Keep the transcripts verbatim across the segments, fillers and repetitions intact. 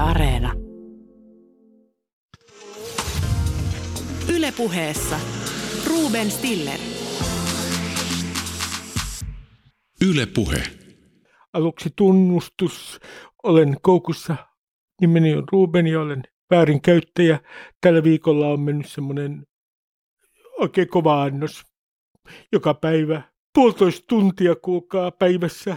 Areena. Yle Puheessa Ruben Stiller. Yle Puhe. Aluksi tunnustus. Olen koukussa. Nimeni on Ruben ja olen väärinkäyttäjä. Tällä viikolla on mennyt semmoinen oikein kova annos. Joka päivä. Puolitoista tuntia kuulkaa päivässä.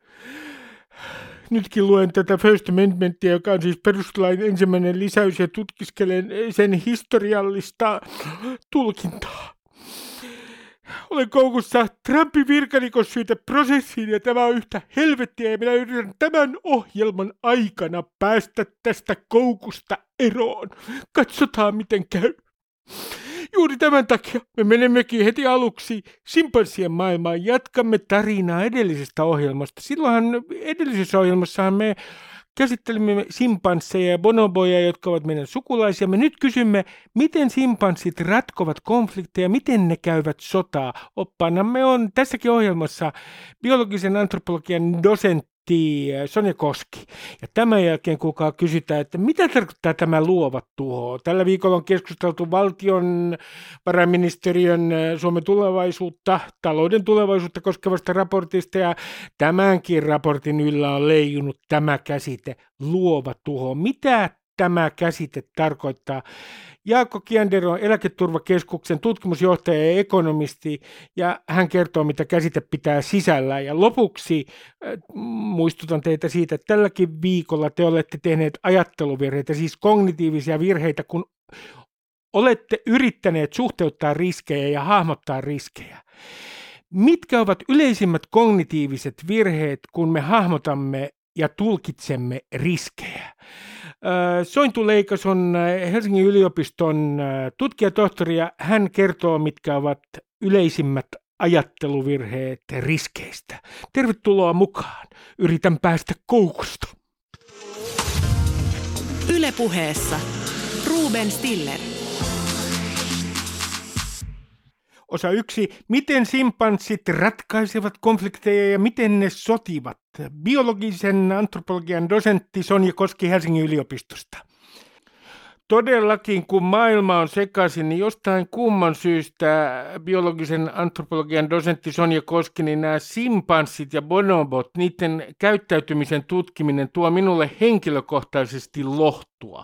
Nytkin luen tätä First Amendmentia, joka on siis perustuslain ensimmäinen lisäys, ja tutkiskelen sen historiallista tulkintaa. Olen koukussa Trumpin virkarikossyyteprosessiin, ja tämä on yhtä helvettiä, ja minä yritän tämän ohjelman aikana päästä tästä koukusta eroon. Katsotaan, miten käy. Juuri tämän takia me menemmekin heti aluksi simpanssien maailmaan. Jatkamme tarinaa edellisestä ohjelmasta. Silloinhan edellisessä ohjelmassahan me käsittelimme simpansseja ja bonoboja, jotka ovat meidän sukulaisia. Me nyt kysymme, miten simpanssit ratkovat konflikteja, miten ne käyvät sotaa. Oppaanamme on tässäkin ohjelmassa biologisen antropologian dosentti Sonja Koski. Ja tämän jälkeen kuulkaa kysytään, että mitä tarkoittaa tämä luova tuho. Tällä viikolla on keskusteltu valtiovarainministeriön Suomen tulevaisuutta, talouden tulevaisuutta koskevasta raportista, ja tämänkin raportin yllä on leijunut tämä käsite, luova tuho. Mitä tämä käsite tarkoittaa? Jaakko Kiander on Eläketurvakeskuksen tutkimusjohtaja ja ekonomisti, ja hän kertoo, mitä käsite pitää sisällään. Ja lopuksi äh, muistutan teitä siitä, että tälläkin viikolla te olette tehneet ajatteluvirheitä, siis kognitiivisia virheitä, kun olette yrittäneet suhteuttaa riskejä ja hahmottaa riskejä. Mitkä ovat yleisimmät kognitiiviset virheet, kun me hahmotamme ja tulkitsemme riskejä? Sointu Leikas on Helsingin yliopiston tutkijatohtori, ja hän kertoo, mitkä ovat yleisimmät ajatteluvirheet riskeistä. Tervetuloa mukaan. Yritän päästä koukusta. Yle Puheessa Ruben Stiller. Osa yksi. Miten simpanssit ratkaisevat konflikteja ja miten ne sotivat? Biologisen antropologian dosentti Sonja Koski Helsingin yliopistosta. Todellakin, kun maailma on sekaisin, niin jostain kumman syystä biologisen antropologian dosentti Sonja Koski, niin nämä simpanssit ja bonobot, niiden käyttäytymisen tutkiminen tuo minulle henkilökohtaisesti lohtua.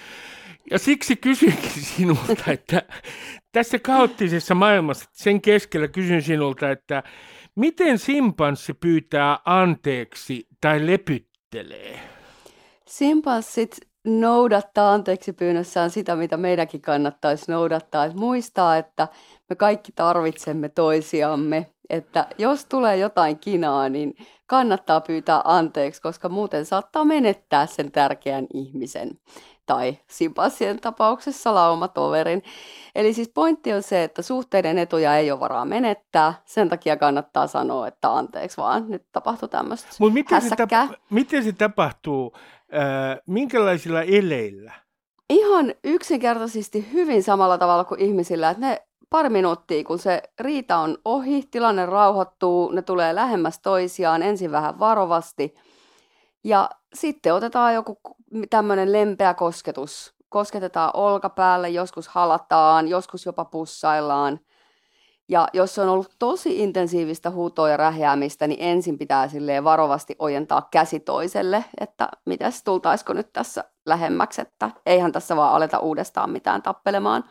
Ja siksi kysynkin sinulta, että tässä kaoottisessa maailmassa, sen keskellä kysyn sinulta, että miten simpanssi pyytää anteeksi tai lepyttelee? Simpanssit noudattaa anteeksi pyynnössään sitä, mitä meidänkin kannattaisi noudattaa. Että muistaa, että me kaikki tarvitsemme toisiamme. Että jos tulee jotain kinaa, niin kannattaa pyytää anteeksi, koska muuten saattaa menettää sen tärkeän ihmisen. Tai simpanssien tapauksessa laumatoverin. Eli siis pointti on se, että suhteiden etuja ei ole varaa menettää. Sen takia kannattaa sanoa, että anteeksi vaan, nyt tapahtui tämmöistä miten hässäkkää. Se tapa- miten se tapahtuu? Äh, minkälaisilla eleillä? Ihan yksinkertaisesti hyvin samalla tavalla kuin ihmisillä, että ne pari minuuttia, kun se riita on ohi, tilanne rauhoittuu, ne tulee lähemmäs toisiaan, ensin vähän varovasti. Ja sitten otetaan joku tämmöinen lempeä kosketus. Kosketetaan olkapäälle, joskus halataan, joskus jopa pussaillaan. Ja jos on ollut tosi intensiivistä huutoa ja rähjäämistä, niin ensin pitää silleen varovasti ojentaa käsi toiselle, että mitäs tultaisiko nyt tässä lähemmäksi, että eihän tässä vaan aleta uudestaan mitään tappelemaan.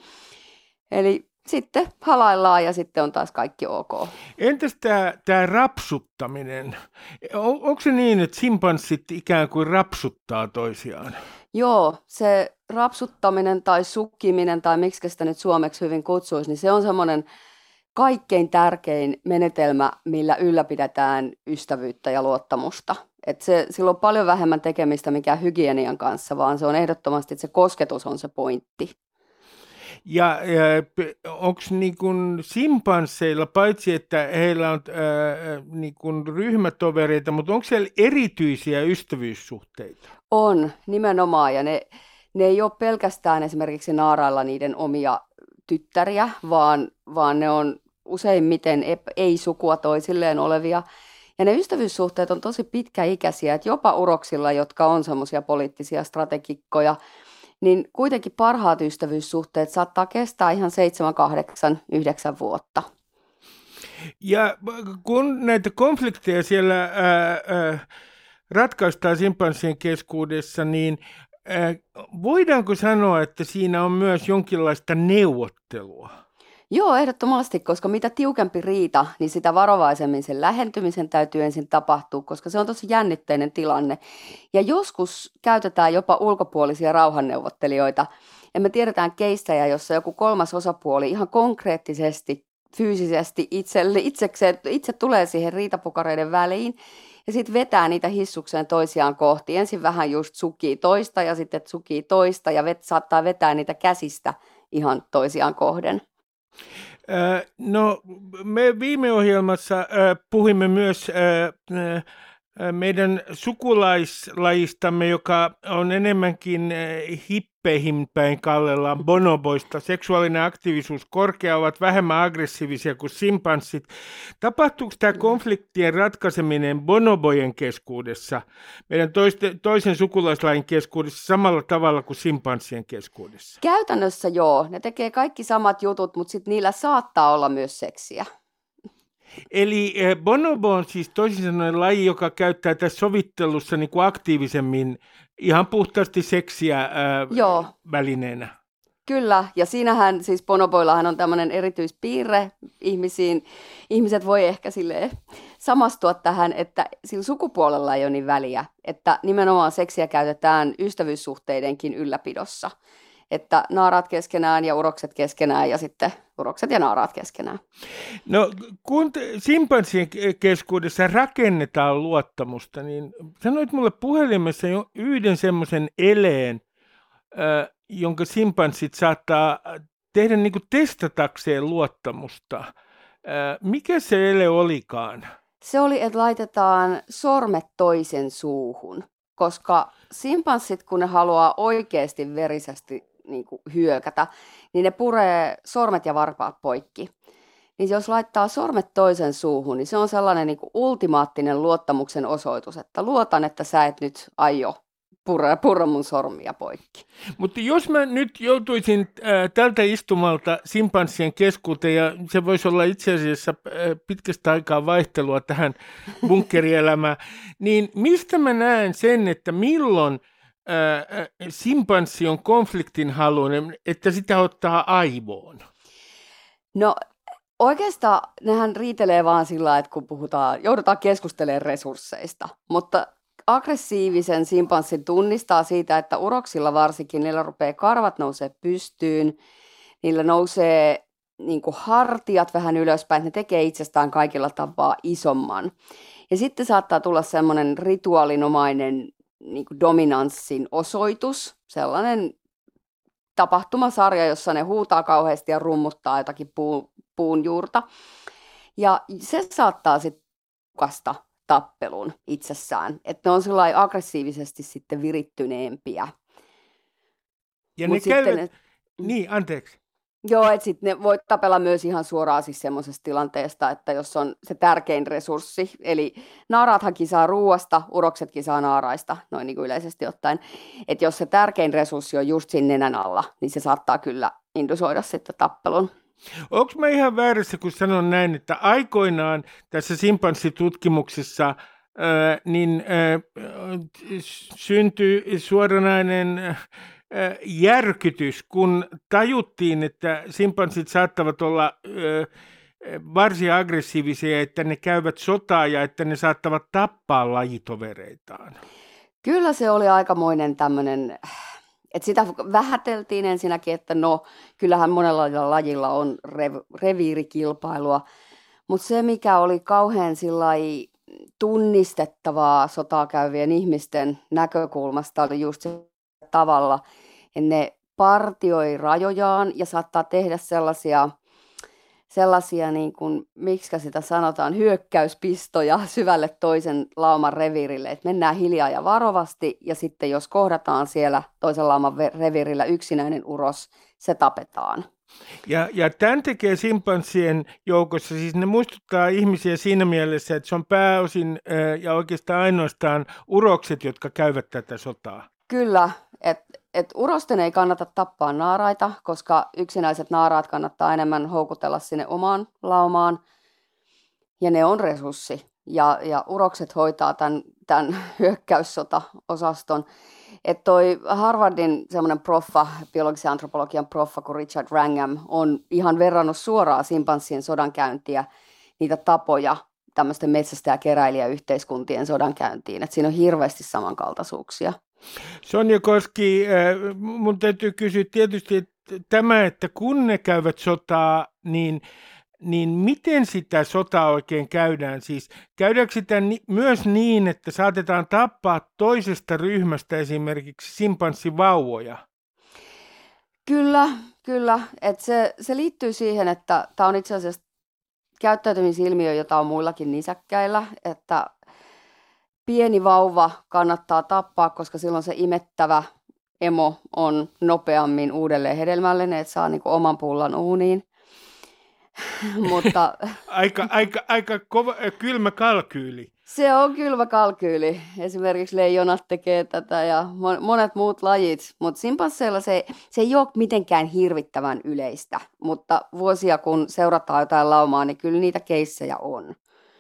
Eli sitten halaillaan ja sitten on taas kaikki ok. Entäs tämä, tämä rapsuttaminen? On, onko se niin, että simpanssit ikään kuin rapsuttaa toisiaan? Joo, se rapsuttaminen tai sukkiminen tai miksi sitä nyt suomeksi hyvin kutsuisi, niin se on semmoinen kaikkein tärkein menetelmä, millä ylläpidetään ystävyyttä ja luottamusta. Et se, sillä on paljon vähemmän tekemistä mikään hygienian kanssa, vaan se on ehdottomasti, että se kosketus on se pointti. Ja, ja onko niin kuin simpansseilla, paitsi että heillä on ää, niin kuin ryhmätovereita, mutta onko siellä erityisiä ystävyyssuhteita? On, nimenomaan. Ja ne, ne ei ole pelkästään esimerkiksi naarailla niiden omia tyttäriä, vaan, vaan ne on useimmiten ei-sukua toisilleen olevia. Ja ne ystävyyssuhteet on tosi pitkäikäisiä, että jopa uroksilla, jotka on semmoisia poliittisia strategikkoja, niin kuitenkin parhaat ystävyyssuhteet saattaa kestää ihan seitsemän, kahdeksan, yhdeksän vuotta. Ja kun näitä konflikteja siellä ää, ää, ratkaistaan simpanssien keskuudessa, niin ää, voidaanko sanoa, että siinä on myös jonkinlaista neuvottelua? Joo, ehdottomasti, koska mitä tiukempi riita, niin sitä varovaisemmin sen lähentymisen täytyy ensin tapahtua, koska se on tosi jännitteinen tilanne. Ja joskus käytetään jopa ulkopuolisia rauhanneuvottelijoita. Ja me tiedetään keissejä, jossa joku kolmas osapuoli ihan konkreettisesti, fyysisesti itselle, itsekseen, itse tulee siihen riitapukareiden väliin ja sitten vetää niitä hissukseen toisiaan kohti. Ensin vähän just sukii toista ja sitten sukii toista ja vet, saattaa vetää niitä käsistä ihan toisiaan kohden. No, me viime ohjelmassa puhuimme myös meidän sukulaislajistamme, joka on enemmänkin hippeihin päin kallellaan, bonoboista. Seksuaalinen aktiivisuus korkea, ovat vähemmän aggressiivisia kuin simpanssit. Tapahtuuko tämä konfliktien ratkaiseminen bonobojen keskuudessa, meidän toiste, toisen sukulaislajin keskuudessa samalla tavalla kuin simpanssien keskuudessa? Käytännössä joo. Ne tekee kaikki samat jutut, mutta sitten niillä saattaa olla myös seksiä. Eli bonobo on siis toisin sanoen laji, joka käyttää tässä sovittelussa niin kuin aktiivisemmin ihan puhtaasti seksiä ää, Joo. välineenä. Kyllä, ja siinähän siis bonoboillahan on tämmöinen erityispiirre ihmisiin. Ihmiset voi ehkä silleen samastua tähän, että sillä sukupuolella ei ole niin väliä, että nimenomaan seksiä käytetään ystävyyssuhteidenkin ylläpidossa. Että naaraat keskenään ja urokset keskenään ja sitten urokset ja naaraat keskenään. No kun simpanssien keskuudessa rakennetaan luottamusta, niin sanoit mulle puhelimessa jo yhden semmoisen eleen, äh, jonka simpanssit saattaa tehdä niin kuin testatakseen luottamusta. Äh, mikä se ele olikaan? Se oli, että laitetaan sormet toisen suuhun, koska simpanssit, kun ne haluaa oikeasti verisesti niin kuin hyökätä, niin ne puree sormet ja varpaat poikki. Niin jos laittaa sormet toisen suuhun, niin se on sellainen niin kuin ultimaattinen luottamuksen osoitus, että luotan, että sä et nyt aio purra, purra mun sormia poikki. Mutta jos mä nyt joutuisin äh, tältä istumalta simpanssien keskuuteen, ja se voisi olla itse asiassa äh, pitkästä aikaa vaihtelua tähän bunkkerielämään, niin mistä mä näen sen, että milloin äh, simpanssi on konfliktinhaluinen, että sitä ottaa aivoon? No oikeastaan nehän riitelee vaan sillä lailla, että kun puhutaan, joudutaan keskustelemaan resursseista, mutta aggressiivisen simpanssin tunnistaa siitä, että uroksilla varsinkin, niillä rupeaa karvat nousee pystyyn, niillä nousee niin kuin hartiat vähän ylöspäin, ne tekee itsestään kaikilla tapaa isomman. Ja sitten saattaa tulla semmoinen rituaalinomainen niin kuin dominanssin osoitus, sellainen tapahtumasarja, jossa ne huutaa kauheasti ja rummuttaa jotakin puun, puun juurta. Ja se saattaa sitten kukasta tappelun itsessään, että ne on sellainen aggressiivisesti sitten virittyneempiä. Ja Mut ne sitten käyvät... ne, Niin, anteeksi. joo, että sitten ne voi tapella myös ihan suoraan siis semmoisesta tilanteesta, että jos on se tärkein resurssi, eli naaraathan kisaa ruuasta, urokset kisaa naaraista, noin niin kuin yleisesti ottaen, että jos se tärkein resurssi on just siinä nenän alla, niin se saattaa kyllä indusoida sitten tappelun. Onko mä ihan väärässä, kun sanon näin, että aikoinaan tässä simpanssitutkimuksessa ää, niin ää, syntyi suoranainen ää, järkytys, kun tajuttiin, että simpanssit saattavat olla ää, varsin aggressiivisia, että ne käyvät sotaa ja että ne saattavat tappaa lajitovereitaan. Kyllä se oli aikamoinen tämmöinen... Et sitä vähäteltiin ensinnäkin, että no kyllähän monella lajilla on rev, reviirikilpailua, mutta se mikä oli kauhean sillai tunnistettavaa sotaa käyvien ihmisten näkökulmasta oli just se tavalla, että ne partioi rajojaan ja saattaa tehdä sellaisia, sellaisia niin kuin, miksikä sitä sanotaan, hyökkäyspistoja syvälle toisen lauman reviirille, että mennään hiljaa ja varovasti, ja sitten jos kohdataan siellä toisen lauman reviirillä yksinäinen uros, se tapetaan. Ja, ja tämän tekee simpanssien joukossa, siis ne muistuttaa ihmisiä siinä mielessä, että se on pääosin ää, ja oikeastaan ainoastaan urokset, jotka käyvät tätä sotaa. Kyllä, että et urosten ei kannata tappaa naaraita, koska yksinäiset naaraat kannattaa enemmän houkutella sinne omaan laumaan, ja ne on resurssi. Ja, ja urokset hoitaa tämän, tämän hyökkäyssota-osaston. Että toi Harvardin semmoinen proffa, biologisen antropologian proffa kuin Richard Wrangham on ihan verrannut suoraan simpanssien sodankäyntiä, niitä tapoja tämmöisten metsästäjä-keräilijäyhteiskuntien sodankäyntiin. Että siinä on hirveästi samankaltaisuuksia. Sonja Koski, mun täytyy kysyä tietysti että tämä, että kun ne käyvät sotaa, niin niin miten sitä sotaa oikein käydään? Siis käydäänkö sitä ni- myös niin, että saatetaan tappaa toisesta ryhmästä esimerkiksi simpanssivauvoja? Kyllä, kyllä. Et se, se liittyy siihen, että tämä on itse asiassa käyttäytymisilmiö, jota on muillakin nisäkkäillä, että pieni vauva kannattaa tappaa, koska silloin se imettävä emo on nopeammin uudelleen hedelmällinen, että saa niinku oman pullan uuniin. Mutta aika, aika, aika kova, kylmä kalkyyli. Se on kylmä kalkyyli. Esimerkiksi leijonat tekee tätä ja monet muut lajit. Mutta simpansseilla se, se ei ole mitenkään hirvittävän yleistä. Mutta vuosia kun seurataan jotain laumaa, niin kyllä niitä keissejä on.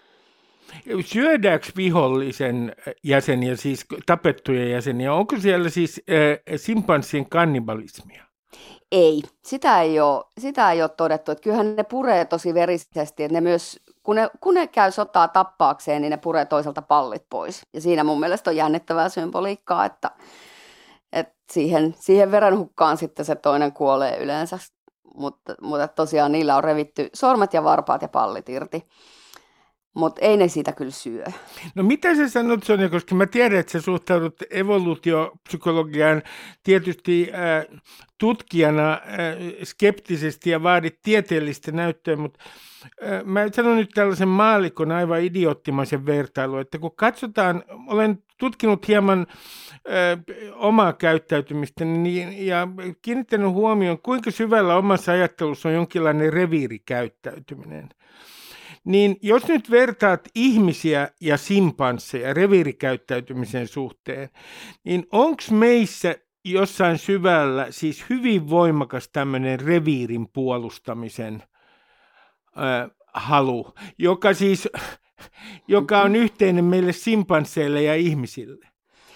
Syödäänkö vihollisen jäseniä, siis tapettuja jäseniä? Onko siellä siis äh, simpanssien kannibalismia? Ei, sitä ei ole, sitä ei ole todettu. Että kyllähän ne puree tosi verisesti, että ne myös, kun ne, kun ne käy sotaa tappaakseen, niin ne puree toiselta pallit pois. Ja siinä mun mielestä on jännittävää symboliikkaa, että, että siihen, siihen verenhukkaan sitten se toinen kuolee yleensä. Mutta, mutta tosiaan niillä on revitty sormet ja varpaat ja pallit irti. Mutta ei ne siitä kyllä syö. No mitä sä sanot, Sonja, koska mä tiedän, että sä suhtaudut evoluutiopsykologiaan tietysti äh, tutkijana äh, skeptisesti ja vaadit tieteellistä näyttöä, mutta äh, mä sanon nyt tällaisen maallikon aivan idioottimaisen vertailun, että kun katsotaan, olen tutkinut hieman äh, omaa käyttäytymistä niin, ja kiinnittänyt huomioon, kuinka syvällä omassa ajattelussa on jonkinlainen reviirikäyttäytyminen. Niin jos nyt vertaat ihmisiä ja simpansseja reviirikäyttäytymisen suhteen, niin onko meissä jossain syvällä siis hyvin voimakas tämmöinen reviirin puolustamisen äh, halu, joka siis joka on yhteinen meille simpansseille ja ihmisille?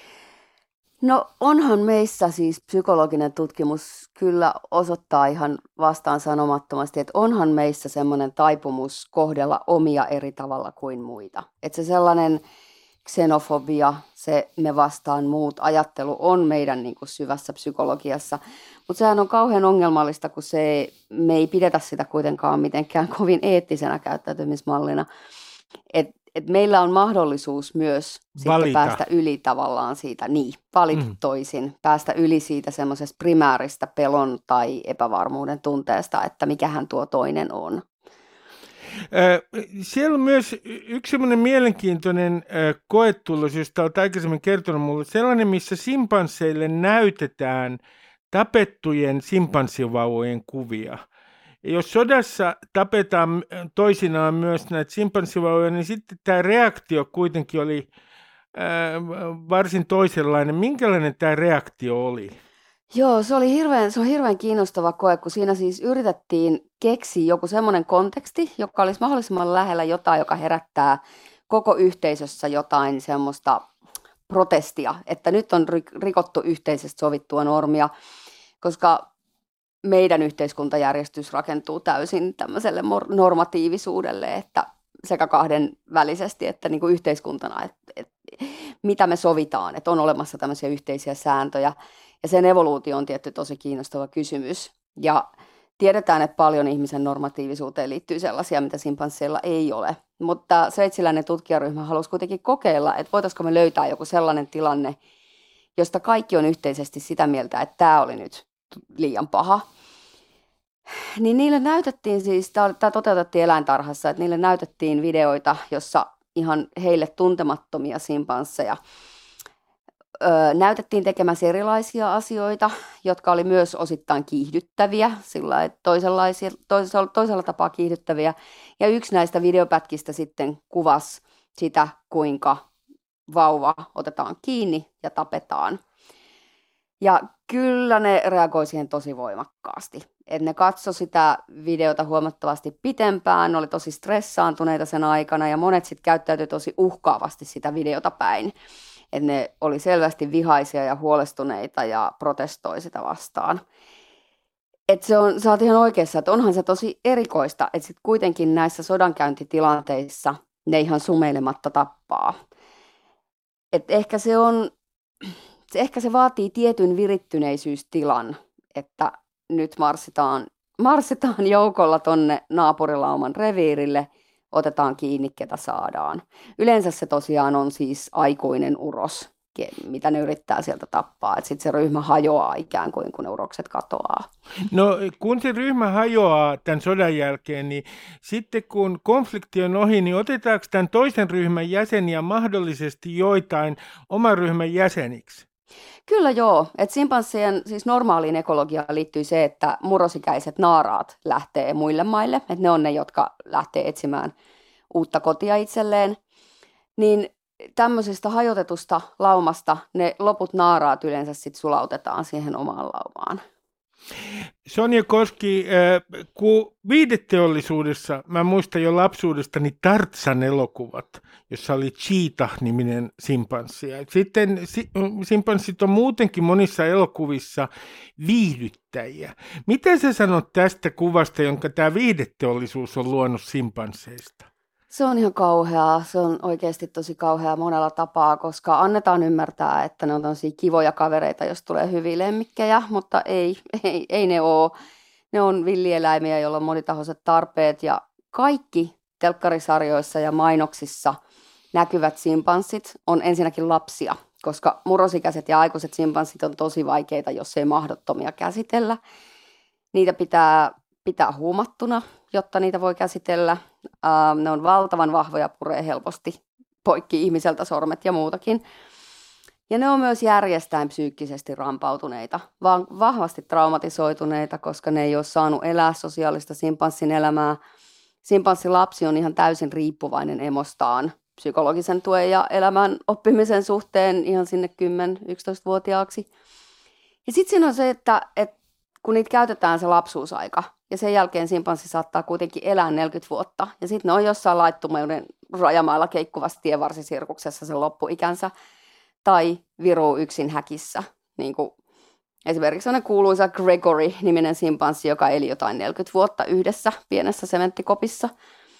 No onhan meissä siis psykologinen tutkimus kyllä osoittaa ihan vastaan sanomattomasti, että onhan meissä semmoinen taipumus kohdella omia eri tavalla kuin muita. Että se sellainen xenofobia, se me vastaan muut ajattelu on meidän niin kuin syvässä psykologiassa. Mutta sehän on kauhean ongelmallista, kun se, me ei pidetä sitä kuitenkaan mitenkään kovin eettisenä käyttäytymismallina. Et Et meillä on mahdollisuus myös sitten päästä yli tavallaan siitä, niin, valita mm. toisin, päästä yli siitä semmoisesta primääristä pelon tai epävarmuuden tunteesta, että mikähän tuo toinen on. Äh, siellä on myös yksi semmoinen mielenkiintoinen äh, koetulos, josta olet aikaisemmin kertonut minulle, sellainen, missä simpansseille näytetään tapettujen simpanssivauvojen kuvia. Ja jos sodassa tapetaan toisinaan myös näitä simpanssivauvoja, niin sitten tämä reaktio kuitenkin oli ää, varsin toisenlainen. Minkälainen tämä reaktio oli? Joo, se oli hirveän, se on hirveän kiinnostava koe, kun siinä siis yritettiin keksiä joku semmoinen konteksti, joka olisi mahdollisimman lähellä jotain, joka herättää koko yhteisössä jotain semmoista protestia, että nyt on rikottu yhteisesti sovittua normia, koska meidän yhteiskuntajärjestys rakentuu täysin tämmöiselle normatiivisuudelle, että sekä kahden välisesti että niin kuin yhteiskuntana, että, että mitä me sovitaan, että on olemassa tämmöisiä yhteisiä sääntöjä. Ja sen evoluutio on tietty tosi kiinnostava kysymys. Ja tiedetään, että paljon ihmisen normatiivisuuteen liittyy sellaisia, mitä simpansseilla ei ole. Mutta sveitsiläinen tutkijaryhmä halusi kuitenkin kokeilla, että voitaisiko me löytää joku sellainen tilanne, josta kaikki on yhteisesti sitä mieltä, että tämä oli nyt liian paha. Niin niille näytettiin siis, tämä toteutettiin eläintarhassa, että niille näytettiin videoita, jossa ihan heille tuntemattomia simpansseja Öö, näytettiin tekemässä erilaisia asioita, jotka oli myös osittain kiihdyttäviä, sillä että toisenlaisia, toisella, toisella tapaa kiihdyttäviä. Ja yksi näistä videopätkistä sitten kuvasi sitä, kuinka vauva otetaan kiinni ja tapetaan. Ja kyllä ne reagoi siihen tosi voimakkaasti. Et ne katsoi sitä videota huomattavasti pitempään, ne oli tosi stressaantuneita sen aikana ja monet sitten käyttäytyi tosi uhkaavasti sitä videota päin. Et ne oli selvästi vihaisia ja huolestuneita ja protestoi sitä vastaan. Et se on, sä oot ihan oikeassa, että onhan se tosi erikoista, että sitten kuitenkin näissä sodankäyntitilanteissa ne ihan sumeilematta tappaa. Et ehkä se on... Se ehkä se vaatii tietyn virittyneisystilan, että nyt marssitaan, marssitaan joukolla tonne naapurilauman reviirille, otetaan kiinni, ketä saadaan. Yleensä se tosiaan on siis aikuinen uros, mitä ne yrittää sieltä tappaa. Sitten se ryhmä hajoaa ikään kuin, kun ne urokset katoaa. No kun se ryhmä hajoaa tämän sodan jälkeen, niin sitten kun konflikti on ohi, niin otetaanko tämän toisen ryhmän jäseniä mahdollisesti joitain oman ryhmän jäseniksi? Kyllä joo, että simpanssien siis normaaliin ekologiaan liittyy se, että murrosikäiset naaraat lähtee muille maille, että ne on ne, jotka lähtee etsimään uutta kotia itselleen, niin tämmöisestä hajotetusta laumasta ne loput naaraat yleensä sitten sulautetaan siihen omaan laumaan. Sonja Koski, kun viihdeteollisuudessa, mä muistan jo lapsuudestani Tarzan-elokuvat, jossa oli Cheetah-niminen simpanssi. Sitten simpanssit on muutenkin monissa elokuvissa viihdyttäjiä. Mitä sä sanot tästä kuvasta, jonka tämä viihdeteollisuus on luonut simpansseista? Se on ihan kauheaa. Se on oikeasti tosi kauheaa monella tapaa, koska annetaan ymmärtää, että ne on tosi kivoja kavereita, jos tulee hyviä lemmikkejä, mutta ei, ei, ei ne ole. Ne on villieläimiä, joilla on monitahoiset tarpeet ja kaikki telkkarisarjoissa ja mainoksissa näkyvät simpanssit on ensinnäkin lapsia, koska murrosikäiset ja aikuiset simpanssit on tosi vaikeita, jos ei mahdottomia käsitellä. Niitä pitää pitää huumattuna, jotta niitä voi käsitellä. Ähm, ne on valtavan vahvoja, puree helposti poikki ihmiseltä sormet ja muutakin. Ja ne on myös järjestään psyykkisesti rampautuneita, vaan vahvasti traumatisoituneita, koska ne ei ole saanut elää sosiaalista simpanssin elämää. Simpanssilapsi on ihan täysin riippuvainen emostaan psykologisen tuen ja elämän oppimisen suhteen ihan sinne kymmenen-yksitoistavuotiaaksi. Ja sitten siinä on se, että, että kun niitä käytetään se lapsuusaika, ja sen jälkeen simpanssi saattaa kuitenkin elää neljäkymmentä vuotta, ja sitten ne on jossain laittomuuden rajamailla keikkuvassa tienvarsisirkuksessa sen loppuikänsä, tai viruu yksin häkissä. Niin kuin esimerkiksi sellainen kuuluisa Gregory-niminen simpanssi, joka eli jotain neljäkymmentä vuotta yhdessä pienessä sementtikopissa.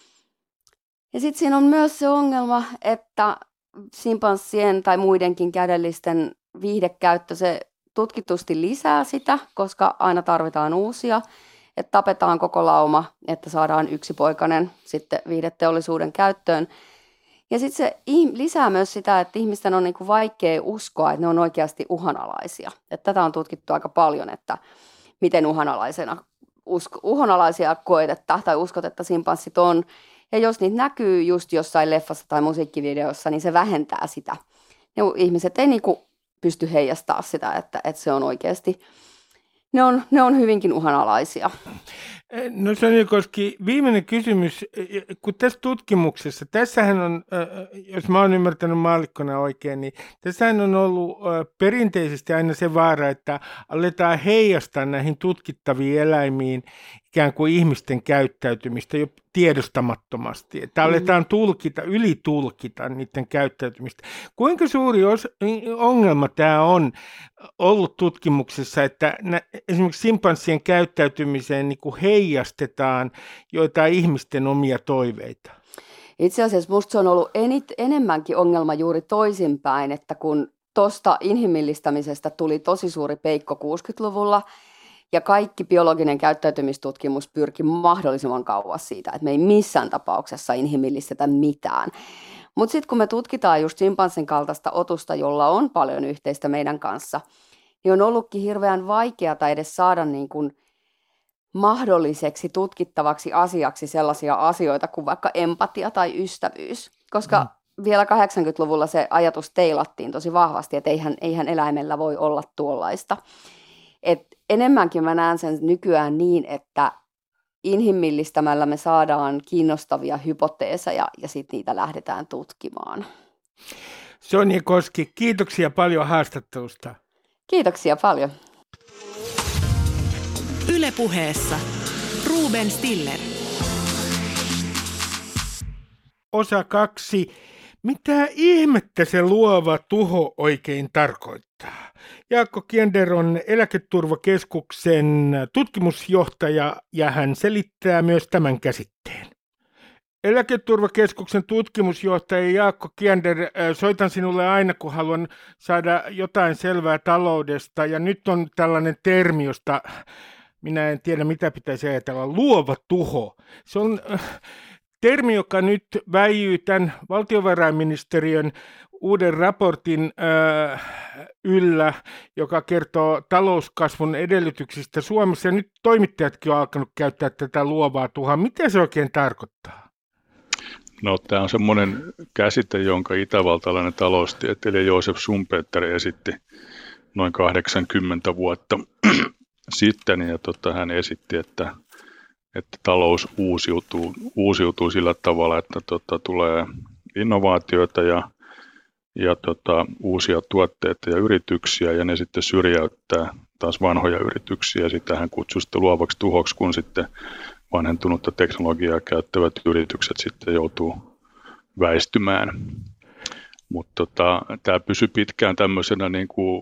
Ja sitten siinä on myös se ongelma, että simpanssien tai muidenkin kädellisten viihdekäyttö, se tutkitusti lisää sitä, koska aina tarvitaan uusia, että tapetaan koko lauma, että saadaan yksipoikainen sitten viihdeteollisuuden käyttöön. Ja sitten se lisää myös sitä, että ihmisten on niinku vaikea uskoa, että ne on oikeasti uhanalaisia. Et tätä on tutkittu aika paljon, että miten uhanalaisena, usko, uhanalaisia koetetta tai uskot, että simpanssit on. Ja jos niitä näkyy just jossain leffassa tai musiikkivideossa, niin se vähentää sitä. Ne ihmiset ei niinku pysty heijastamaan sitä, että, että se on oikeasti, ne on, ne on hyvinkin uhanalaisia. No Sonja Koski, viimeinen kysymys, kun tässä tutkimuksessa, tässähän on, jos mä oon ymmärtänyt maallikkona oikein, niin tässähän on ollut perinteisesti aina se vaara, että aletaan heijastaa näihin tutkittaviin eläimiin ikään kuin ihmisten käyttäytymistä jo tiedostamattomasti, että aletaan tulkita, ylitulkita niiden käyttäytymistä. Kuinka suuri os- ongelma tämä on ollut tutkimuksessa, että nä- esimerkiksi simpanssien käyttäytymiseen niin kuin heijastetaan joitain ihmisten omia toiveita? Itse asiassa musta se on ollut enit, enemmänkin ongelma juuri toisinpäin, että kun tuosta inhimillistämisestä tuli tosi suuri peikko kuusikymmentäluvulla, ja kaikki biologinen käyttäytymistutkimus pyrki mahdollisimman kauas siitä, että me ei missään tapauksessa inhimillistetä mitään. Mutta sitten kun me tutkitaan just simpanssin kaltaista otusta, jolla on paljon yhteistä meidän kanssa, niin on ollutkin hirveän vaikeaa edes saada niin kuin mahdolliseksi tutkittavaksi asiaksi sellaisia asioita kuin vaikka empatia tai ystävyys. Koska mm. vielä kahdeksankymmentäluvulla se ajatus teilattiin tosi vahvasti, että eihän, eihän eläimellä voi olla tuollaista. Et enemmänkin mä näen sen nykyään niin, että inhimillistämällä me saadaan kiinnostavia hypoteeseja ja sitten niitä lähdetään tutkimaan. Sonja Koski, kiitoksia paljon haastattelusta. Kiitoksia paljon. Yle Puheessa Ruben Stiller. Osa kaksi. Mitä ihmettä se luova tuho oikein tarkoittaa? Jaakko Kiander on Eläketurvakeskuksen tutkimusjohtaja ja hän selittää myös tämän käsitteen. Eläketurvakeskuksen tutkimusjohtaja Jaakko Kiander, soitan sinulle aina, kun haluan saada jotain selvää taloudesta. Ja nyt on tällainen termi, josta minä en tiedä, mitä pitäisi ajatella. Luova tuho. Se on termi, joka nyt väijyy tämän valtiovarainministeriön uuden raportin äh, yllä, joka kertoo talouskasvun edellytyksistä Suomessa. Ja nyt toimittajatkin on alkanut käyttää tätä luovaa tuhoa. Mitä se oikein tarkoittaa? No, tämä on semmoinen käsite, jonka itävaltalainen taloustieteilijä Joosef Schumpeter esitti noin kahdeksankymmentä vuotta sitten. Ja tota, hän esitti, että, että talous uusiutuu, uusiutuu sillä tavalla, että tota, tulee innovaatioita ja, ja tota, uusia tuotteita ja yrityksiä, ja ne sitten syrjäyttää taas vanhoja yrityksiä. Sitä hän kutsui sitten luovaksi tuhoksi, kun sitten vanhentunutta teknologiaa käyttävät yritykset sitten joutuu väistymään. Mutta tota, tämä pysyi pitkään tämmöisenä niin kuin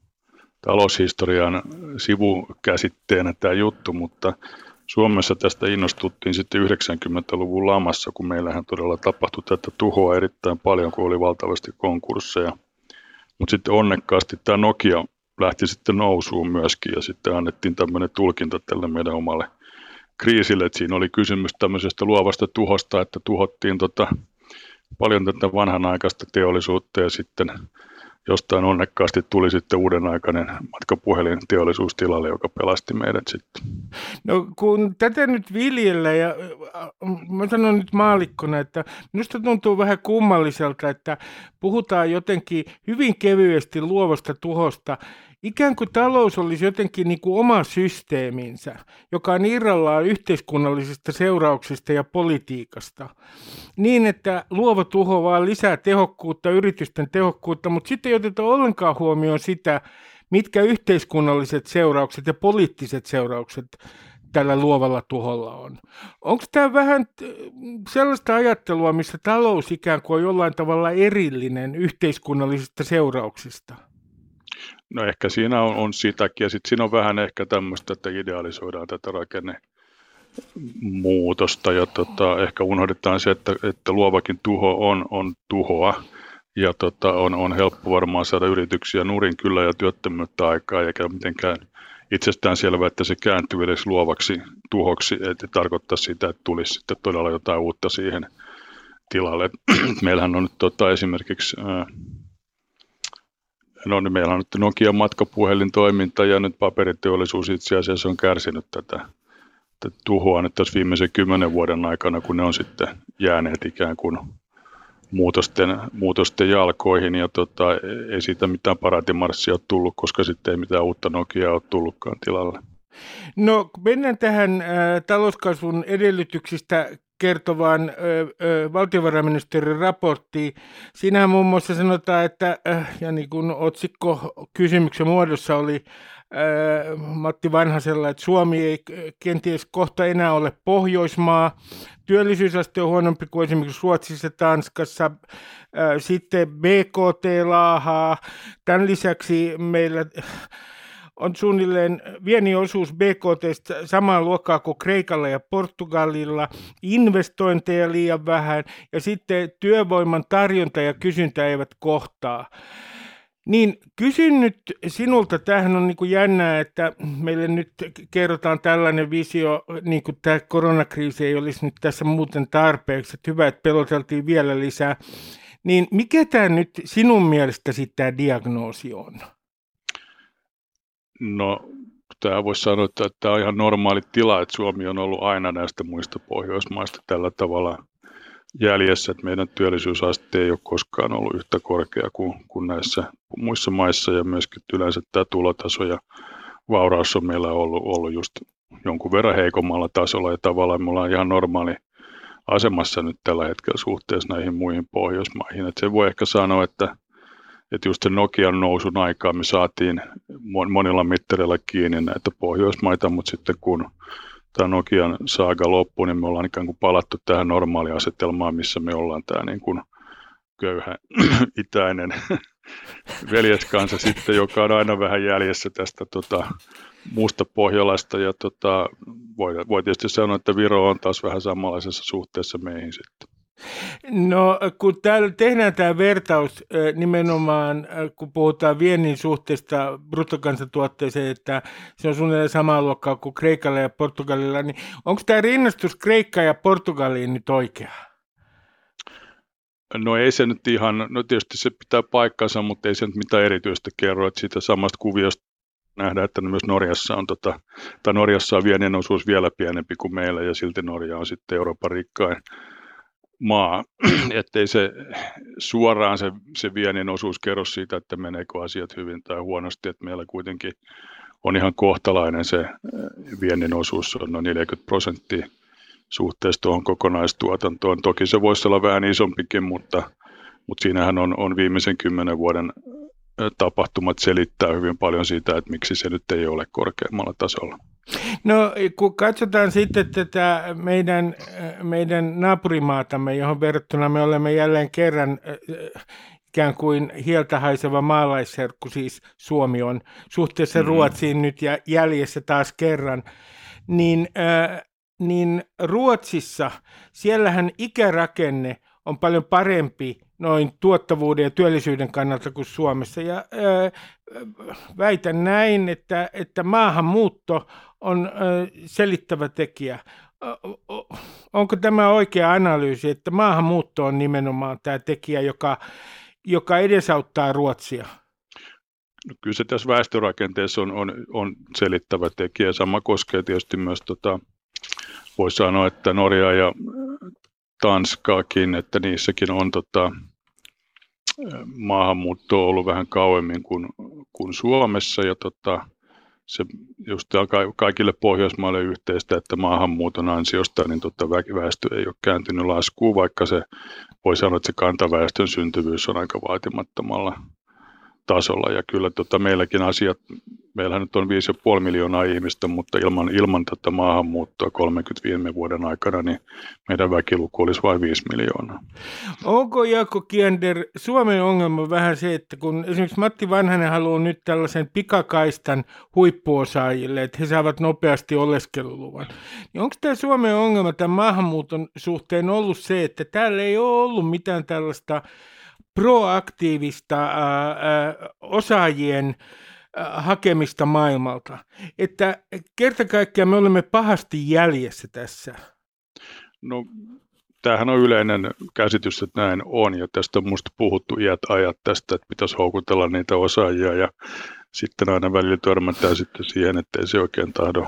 taloushistorian sivukäsitteenä tämä juttu, mutta Suomessa tästä innostuttiin sitten yhdeksänkymmentäluvun lamassa, kun meillähän todella tapahtui tätä tuhoa erittäin paljon, kun oli valtavasti konkursseja. Mutta sitten onnekkaasti tämä Nokia lähti sitten nousuun myöskin, ja sitten annettiin tämmöinen tulkinta tälle meidän omalle kriisille, että siinä oli kysymys tämmöisestä luovasta tuhosta, että tuhottiin tota paljon tätä vanhanaikaista teollisuutta, ja sitten jostain onnekkaasti tuli sitten uuden aikainen matkapuhelin teollisuus tilalle, joka pelasti meidät sitten. No kun tätä nyt viljellä, ja mä sanon nyt maallikkona, että minusta tuntuu vähän kummalliselta, että puhutaan jotenkin hyvin kevyesti luovasta tuhosta, ikään kuin talous olisi jotenkin niin kuin oma systeeminsä, joka on irrallaan yhteiskunnallisista seurauksista ja politiikasta. Niin, että luova tuho vaan lisää tehokkuutta, yritysten tehokkuutta, mutta sitten ei oteta ollenkaan huomioon sitä, mitkä yhteiskunnalliset seuraukset ja poliittiset seuraukset tällä luovalla tuholla on. Onko tämä vähän sellaista ajattelua, missä talous ikään kuin on jollain tavalla erillinen yhteiskunnallisista seurauksista? No ehkä siinä on, on sitäkin, ja sitten siinä on vähän ehkä tämmöistä, että idealisoidaan tätä rakennemuutosta, ja tota, ehkä unohdetaan se, että, että luovakin tuho on, on tuhoa, ja tota, on, on helppo varmaan saada yrityksiä nurin kyllä ja työttömyyttä aikaa, eikä mitenkään itsestään selvää, että se kääntyy edes luovaksi tuhoksi, että tarkoittaa sitä, että tulisi sitten todella jotain uutta siihen tilalle. Meillähän on nyt tota, esimerkiksi... Ää, No niin, meillä on nyt Nokian matkapuhelintoiminta ja nyt paperiteollisuus itse asiassa on kärsinyt tätä, tätä tuhoa nyt tässä viimeisen kymmenen vuoden aikana, kun ne on sitten jääneet ikään kuin muutosten, muutosten jalkoihin, ja tota, ei siitä mitään paraatimarssia ole tullut, koska sitten ei mitään uutta Nokiaa ole tullutkaan tilalle. No mennään tähän ä, talouskasvun edellytyksistä kertovaan ö, ö, valtiovarainministeriön raporttiin. Siinähän muun muassa sanotaan, että, ö, ja niin kuin otsikko kysymyksen muodossa oli ö, Matti Vanhasella, että Suomi ei kenties kohta enää ole Pohjoismaa. Työllisyysaste on huonompi kuin esimerkiksi Ruotsissa ja Tanskassa. Ö, sitten B K T laahaa. Tämän lisäksi meillä on suunnilleen viennin osuus B K T:stä samaa luokkaa kuin Kreikalla ja Portugalilla, investointeja liian vähän, ja sitten työvoiman tarjonta ja kysyntä eivät kohtaa. Niin kysyn nyt sinulta, tämähän on niin kuin jännää, että meille nyt kerrotaan tällainen visio, niin kuin tämä koronakriisi ei olisi nyt tässä muuten tarpeeksi, että hyvä, että peloteltiin vielä lisää. Niin mikä tämä nyt sinun mielestäsi tämä diagnoosi on? No, tämä voisi sanoa, että tämä on ihan normaali tila, että Suomi on ollut aina näistä muista Pohjoismaista tällä tavalla jäljessä, että meidän työllisyysaste ei ole koskaan ollut yhtä korkea kuin, kuin näissä muissa maissa ja myöskin yleensä tämä tulotaso ja vauraus on meillä ollut, ollut just jonkun verran heikommalla tasolla ja tavallaan me ollaan ihan normaali asemassa nyt tällä hetkellä suhteessa näihin muihin Pohjoismaihin. Et se voi ehkä sanoa, että, että just sen Nokian nousun aikaan me saatiin monilla mittareilla kiinni näitä Pohjoismaita, mutta sitten kun tämä Nokian saaga loppui, niin me ollaan ikään kuin palattu tähän normaaliasetelmaan, missä me ollaan tämä niin kuin köyhä itäinen veljeskansa sitten, joka on aina vähän jäljessä tästä tota, muusta Pohjolasta. Ja tota, voi, voi tietysti sanoa, että Viro on taas vähän samanlaisessa suhteessa meihin sitten. No kun täällä tehdään tämä vertaus nimenomaan, kun puhutaan viennin suhteesta bruttokansantuotteeseen, että se on suunnilleen samaa luokkaa kuin Kreikalla ja Portugalilla, niin onko tämä rinnastus Kreikkaan ja Portugaliin nyt oikea? No ei se nyt ihan, no tietysti se pitää paikkansa, mutta ei se nyt mitään erityistä kerro, että siitä samasta kuviosta nähdään, että myös Norjassa on, tota, tai Norjassa on viennin osuus vielä pienempi kuin meillä ja silti Norja on sitten Euroopan rikkain maa, ettei se suoraan se, se viennin osuus kerro siitä, että meneekö asiat hyvin tai huonosti, että meillä kuitenkin on ihan kohtalainen se viennin osuus, on noin neljäkymmentä prosenttia suhteessa tuohon kokonaistuotantoon. Toki se voisi olla vähän isompikin, mutta, mutta siinähän on, on viimeisen kymmenen vuoden tapahtumat selittää hyvin paljon siitä, että miksi se nyt ei ole korkeammalla tasolla. No kun katsotaan sitten tätä meidän, meidän naapurimaatamme, johon verrattuna me olemme jälleen kerran ikään kuin hieltä haiseva maalaisherkku, siis Suomi on suhteessa mm. Ruotsiin nyt ja jäljessä taas kerran, niin, äh, niin Ruotsissa, siellähän ikärakenne on paljon parempi noin tuottavuuden ja työllisyyden kannalta kuin Suomessa. Ja ää, väitän näin, että, että maahanmuutto on ää, selittävä tekijä. Onko tämä oikea analyysi, että maahanmuutto on nimenomaan tämä tekijä, joka, joka edesauttaa Ruotsia? No, kyllä se tässä väestörakenteessa on, on, on selittävä tekijä. Sama koskee tietysti myös, tota, voisi sanoa, että Norja ja Tanskaakin, että niissäkin on tota, maahanmuuttoa ollut vähän kauemmin kuin, kuin Suomessa ja tota, se just kaikille Pohjoismaille yhteistä, että maahanmuuton ansiosta niin tota, väestö ei ole kääntynyt laskuun, vaikka se voi sanoa, että se kantaväestön syntyvyys on aika vaatimattomalla tasolla ja kyllä tota, meilläkin asiat, meillähän nyt on viisi pilkku viisi miljoonaa ihmistä, mutta ilman, ilman tätä maahanmuuttoa kolmekymmentäviime vuoden aikana, niin meidän väkiluku olisi vain viisi miljoonaa. Onko Jaakko Kiander Suomen ongelma vähän se, että kun esimerkiksi Matti Vanhanen haluaa nyt tällaisen pikakaistan huippuosaajille, että he saavat nopeasti oleskeluluvan, niin onko tämä Suomen ongelma tämän maahanmuuton suhteen ollut se, että täällä ei ole ollut mitään tällaista proaktiivista ää, ää, osaajien ää, hakemista maailmalta, että kerta kaikkiaan me olemme pahasti jäljessä tässä. No, tämähän on yleinen käsitys, että näin on, ja tästä on minusta puhuttu iät ajat tästä, että pitäisi houkutella niitä osaajia, ja sitten aina välillä törmätään sitten siihen, että ei se oikein tahdo,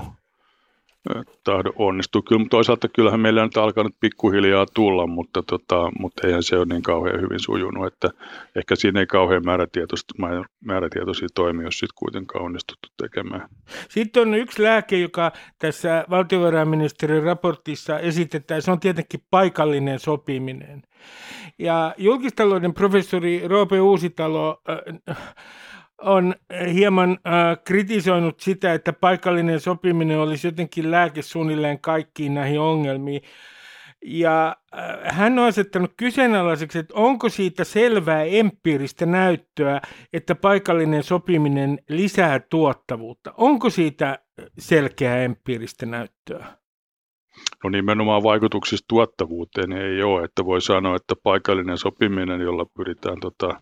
tahdo onnistua. Kyllä, toisaalta kyllähän meillä on nyt alkanut pikkuhiljaa tulla, mutta, tota, mutta eihän se ole niin kauhean hyvin sujunut, että ehkä siinä ei kauhean määrätietoisia toimia, jos sitten kuitenkaan onnistuttu tekemään. Sitten on yksi lääke, joka tässä valtiovarainministeriön raportissa esitetään, se on tietenkin paikallinen sopiminen. Ja julkistalouden professori Roope Uusitalo äh, on hieman äh, kritisoinut sitä, että paikallinen sopiminen olisi jotenkin lääke suunnilleen kaikkiin näihin ongelmiin. Ja äh, hän on asettanut kyseenalaiseksi, että onko siitä selvää empiiristä näyttöä, että paikallinen sopiminen lisää tuottavuutta. Onko siitä selkeää empiiristä näyttöä? No nimenomaan vaikutuksista tuottavuuteen ei ole, että voi sanoa, että paikallinen sopiminen, jolla pyritään tota,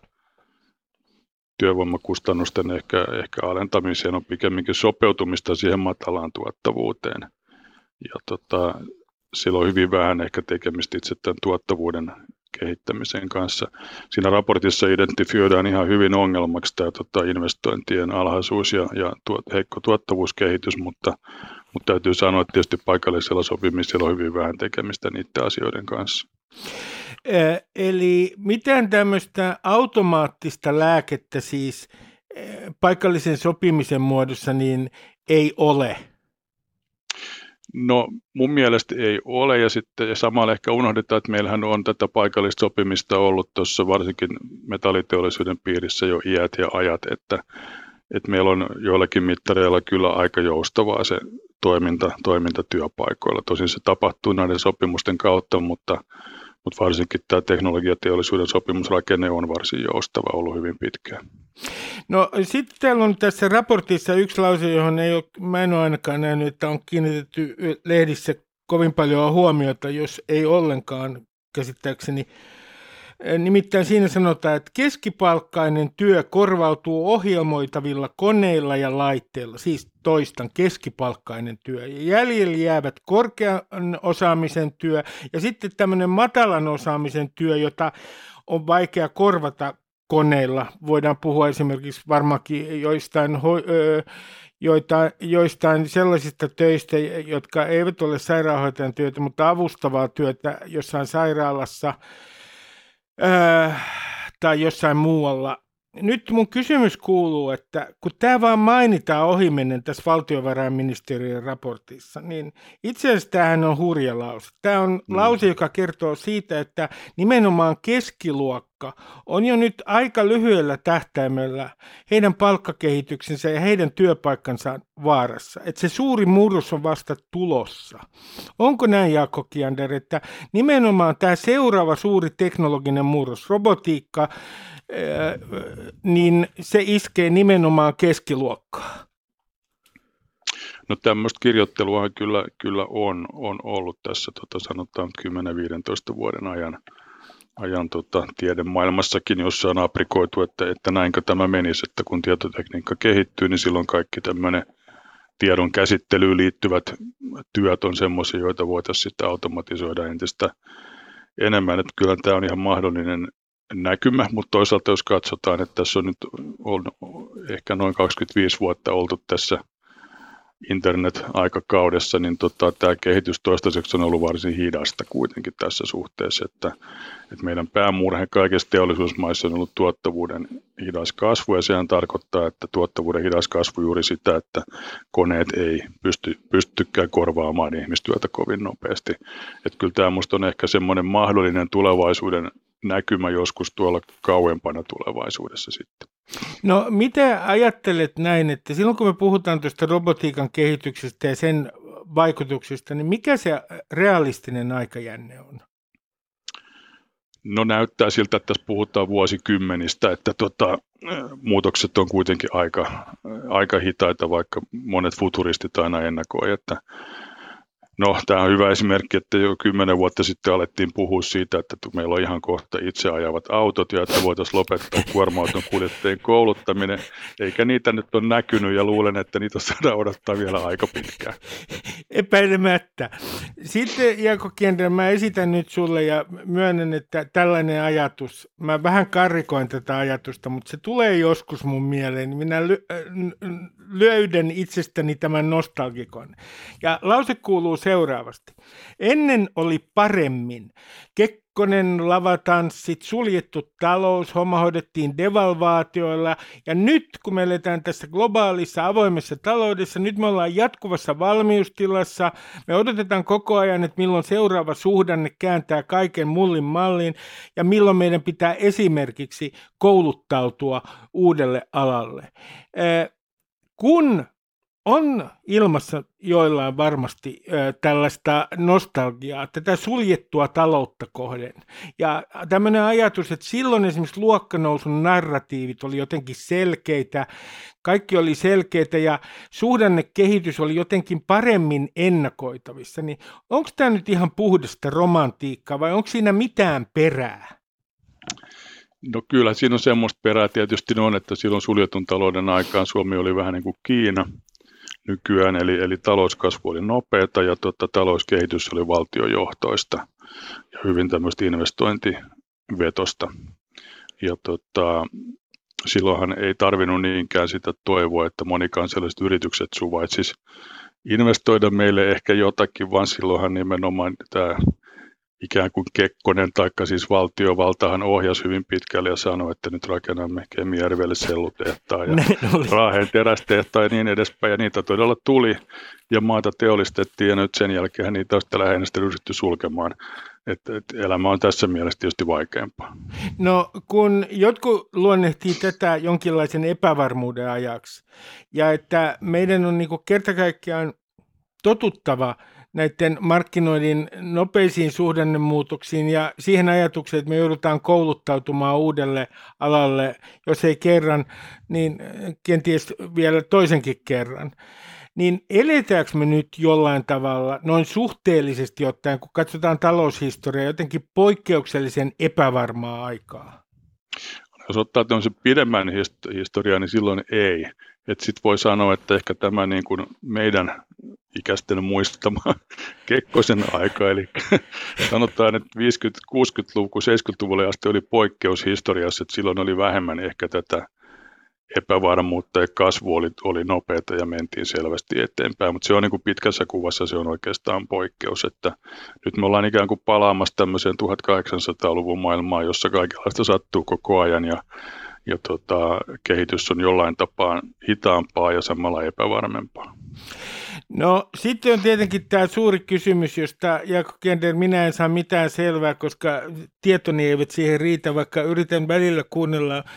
työvoimakustannusten ehkä, ehkä alentamiseen on pikemminkin sopeutumista siihen matalaan tuottavuuteen. Ja tota, sillä on hyvin vähän ehkä tekemistä itse tämän tuottavuuden kehittämisen kanssa. Siinä raportissa identifioidaan ihan hyvin ongelmaksi tämä tota, investointien alhaisuus ja, ja tuot, heikko tuottavuuskehitys, mutta, mutta täytyy sanoa, että tietysti paikallisella sopimisella on hyvin vähän tekemistä niiden asioiden kanssa. Ö, eli mitään tämmöistä automaattista lääkettä siis ö, paikallisen sopimisen muodossa niin ei ole. No mun mielestä ei ole, ja sitten ja samalla ehkä unohdetaan, että meillähän on tätä paikallista sopimista ollut tuossa varsinkin metalliteollisuuden piirissä jo iät ja ajat, että, että meillä on joillakin mittareilla kyllä aika joustavaa se toiminta, toiminta työpaikoilla. Tosin se tapahtuu näiden sopimusten kautta, mutta, mutta varsinkin tämä teknologiateollisuuden sopimusrakenne on varsin joustava ollut hyvin pitkään. No sitten täällä on tässä raportissa yksi lause, johon ei ole, mä en ole ainakaan nähnyt, että on kiinnitetty lehdissä kovin paljon huomiota, jos ei ollenkaan käsittääkseni. Nimittäin siinä sanotaan, että keskipalkkainen työ korvautuu ohjelmoitavilla koneilla ja laitteilla, siis toistan keskipalkkainen työ. Ja jäljellä jäävät korkean osaamisen työ ja sitten tämmöinen matalan osaamisen työ, jota on vaikea korvata koneilla. Voidaan puhua esimerkiksi varmaankin joistain, joita, joistain sellaisista töistä, jotka eivät ole sairaanhoitajan työtä, mutta avustavaa työtä jossain sairaalassa Öö, tai jossain muualla. Nyt mun kysymys kuuluu, että kun tämä vaan mainitaan ohimennen tässä valtiovarainministeriön raportissa, niin itse asiassa tämähän on hurja lause. Tämä on mm. lause, joka kertoo siitä, että nimenomaan keskiluokka on jo nyt aika lyhyellä tähtäimellä heidän palkkakehityksensä ja heidän työpaikkansa vaarassa. Että se suuri murros on vasta tulossa. Onko näin, Jaakko Kiander, että nimenomaan tämä seuraava suuri teknologinen murros, robotiikka, niin se iskee nimenomaan keskiluokkaa? No tämmöistä kirjoittelua kyllä, kyllä on, on ollut tässä tota, sanotaan kymmenen viisitoista vuoden ajan, ajan tota, tiedemaailmassakin, jossa on aprikoitu, että, että näinkö tämä menisi, että kun tietotekniikka kehittyy, niin silloin kaikki tämmöinen tiedon käsittelyyn liittyvät työt on semmoisia, joita voitaisiin sitten automatisoida entistä enemmän, että kyllä tämä on ihan mahdollinen näkymä, mutta toisaalta jos katsotaan, että tässä on nyt on ehkä noin kaksikymmentäviisi vuotta oltu tässä internet-aikakaudessa, niin tota, tämä kehitys toistaiseksi on ollut varsin hidasta kuitenkin tässä suhteessa, että, että meidän päämurhe kaikissa teollisuusmaissa on ollut tuottavuuden hidas kasvu, ja sehän tarkoittaa, että tuottavuuden hidas kasvu juuri sitä, että koneet ei pysty, pystykään korvaamaan ihmistyötä kovin nopeasti. Että kyllä tämä minusta on ehkä semmoinen mahdollinen tulevaisuuden näkymä joskus tuolla kauempana tulevaisuudessa sitten. No mitä ajattelet näin, että silloin kun me puhutaan tuosta robotiikan kehityksestä ja sen vaikutuksista, niin mikä se realistinen aikajänne on? No näyttää siltä, että tässä puhutaan vuosikymmenistä, että tota, muutokset on kuitenkin aika, aika hitaita, vaikka monet futuristit aina ennakoi, että no, tämä on hyvä esimerkki, että jo kymmenen vuotta sitten alettiin puhua siitä, että meillä on ihan kohta itse ajavat autot ja että voitaisiin lopettaa kuorma-auton kuljettajien kouluttaminen, eikä niitä nyt ole näkynyt ja luulen, että niitä saadaan odottaa vielä aika pitkään. Epäilemättä. Sitten Jaakko Kiander, mä esitän nyt sulle ja myönnän, että tällainen ajatus, mä vähän karrikoin tätä ajatusta, mutta se tulee joskus mun mieleen. Minä löydän itsestäni tämän nostalgikon. Ja lause kuuluu seuraavasti. Ennen oli paremmin. Kekkonen, lavatanssit, suljettu talous, homma hoidettiin devalvaatioilla ja nyt kun me eletään tässä globaalissa avoimessa taloudessa, nyt me ollaan jatkuvassa valmiustilassa, me odotetaan koko ajan, että milloin seuraava suhdanne kääntää kaiken mullin malliin ja milloin meidän pitää esimerkiksi kouluttautua uudelle alalle. Äh, kun on ilmassa joillain varmasti ö, tällaista nostalgiaa, tätä suljettua taloutta kohden. Ja tämmöinen ajatus, että silloin esimerkiksi luokkanousun narratiivit oli jotenkin selkeitä, kaikki oli selkeitä ja suhdannekehitys oli jotenkin paremmin ennakoitavissa. Niin onko tämä nyt ihan puhdasta romantiikkaa vai onko siinä mitään perää? No kyllä, siinä on semmoista perää tietysti on, että silloin suljetun talouden aikaan Suomi oli vähän niin kuin Kiina nykyään, eli, eli talouskasvu oli nopeata ja tota, talouskehitys oli valtiojohtoista ja hyvin tämmöistä investointivetosta. Ja tota, silloinhan ei tarvinnut niinkään sitä toivoa, että monikansalliset yritykset suvaitsis investoida meille ehkä jotakin, vaan silloinhan nimenomaan tämä ikään kuin Kekkonen, taikka siis valtiovaltahan ohjasi hyvin pitkälle ja sanoi, että nyt rakennamme Kemijärvelle sellutehtaan ja Raaheen terästehtaan ja niin edespäin. Ja niitä todella tuli ja maata teollistettiin ja nyt sen jälkeen niitä on sitten lähinnä sitten ryhdytty sulkemaan. Että et elämä on tässä mielessä tietysti vaikeampaa. No kun jotkut luonnehtii tätä jonkinlaisen epävarmuuden ajaksi ja että meidän on niinku kerta kaikkiaan totuttava näiden markkinoiden nopeisiin suhdannemuutoksiin ja siihen ajatukseen, että me joudutaan kouluttautumaan uudelle alalle, jos ei kerran, niin kenties vielä toisenkin kerran. Niin eletäänkö me nyt jollain tavalla, noin suhteellisesti ottaen, kun katsotaan taloushistoriaa, jotenkin poikkeuksellisen epävarmaa aikaa? Jos ottaa tämmöisen pidemmän historiaa, niin silloin ei. Sitten voi sanoa, että ehkä tämä niin kuin meidän ikäisten muistama Kekkosen aika, eli sanotaan, että viisikymmentä-, kuusikymmentäluku, seitsemänkymmentäluvulle asti oli poikkeus historiassa, että silloin oli vähemmän ehkä tätä epävarmuutta ja kasvu oli, oli nopeata ja mentiin selvästi eteenpäin, mutta se on niin kuin pitkässä kuvassa se on oikeastaan poikkeus, että nyt me ollaan ikään kuin palaamassa tämmöiseen tuhatkahdeksansataaluvun maailmaan, jossa kaikenlaista sattuu koko ajan ja, ja tota, kehitys on jollain tapaa hitaampaa ja samalla epävarmempaa. No sitten on tietenkin tämä suuri kysymys, josta Jaakko Kiander, minä en saa mitään selvää, koska tietoni eivät siihen riitä, vaikka yritän välillä kuunnella äh,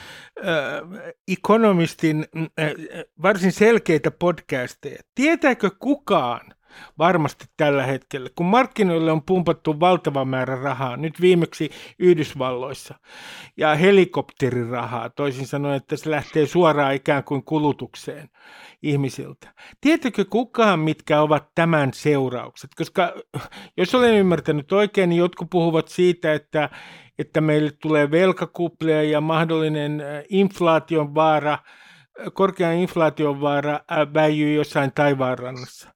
Economistin äh, varsin selkeitä podcasteja. Tietääkö kukaan varmasti tällä hetkellä, kun markkinoille on pumpattu valtava määrä rahaa, nyt viimeksi Yhdysvalloissa, ja helikopterirahaa, toisin sanoen, että se lähtee suoraan ikään kuin kulutukseen ihmisiltä. Tiedätkö kukaan, mitkä ovat tämän seuraukset? Koska jos olen ymmärtänyt oikein, niin jotkut puhuvat siitä, että, että meille tulee velkakuplia ja mahdollinen inflaation vaara, korkean inflaation vaara väijyy jossain taivaanrannassa.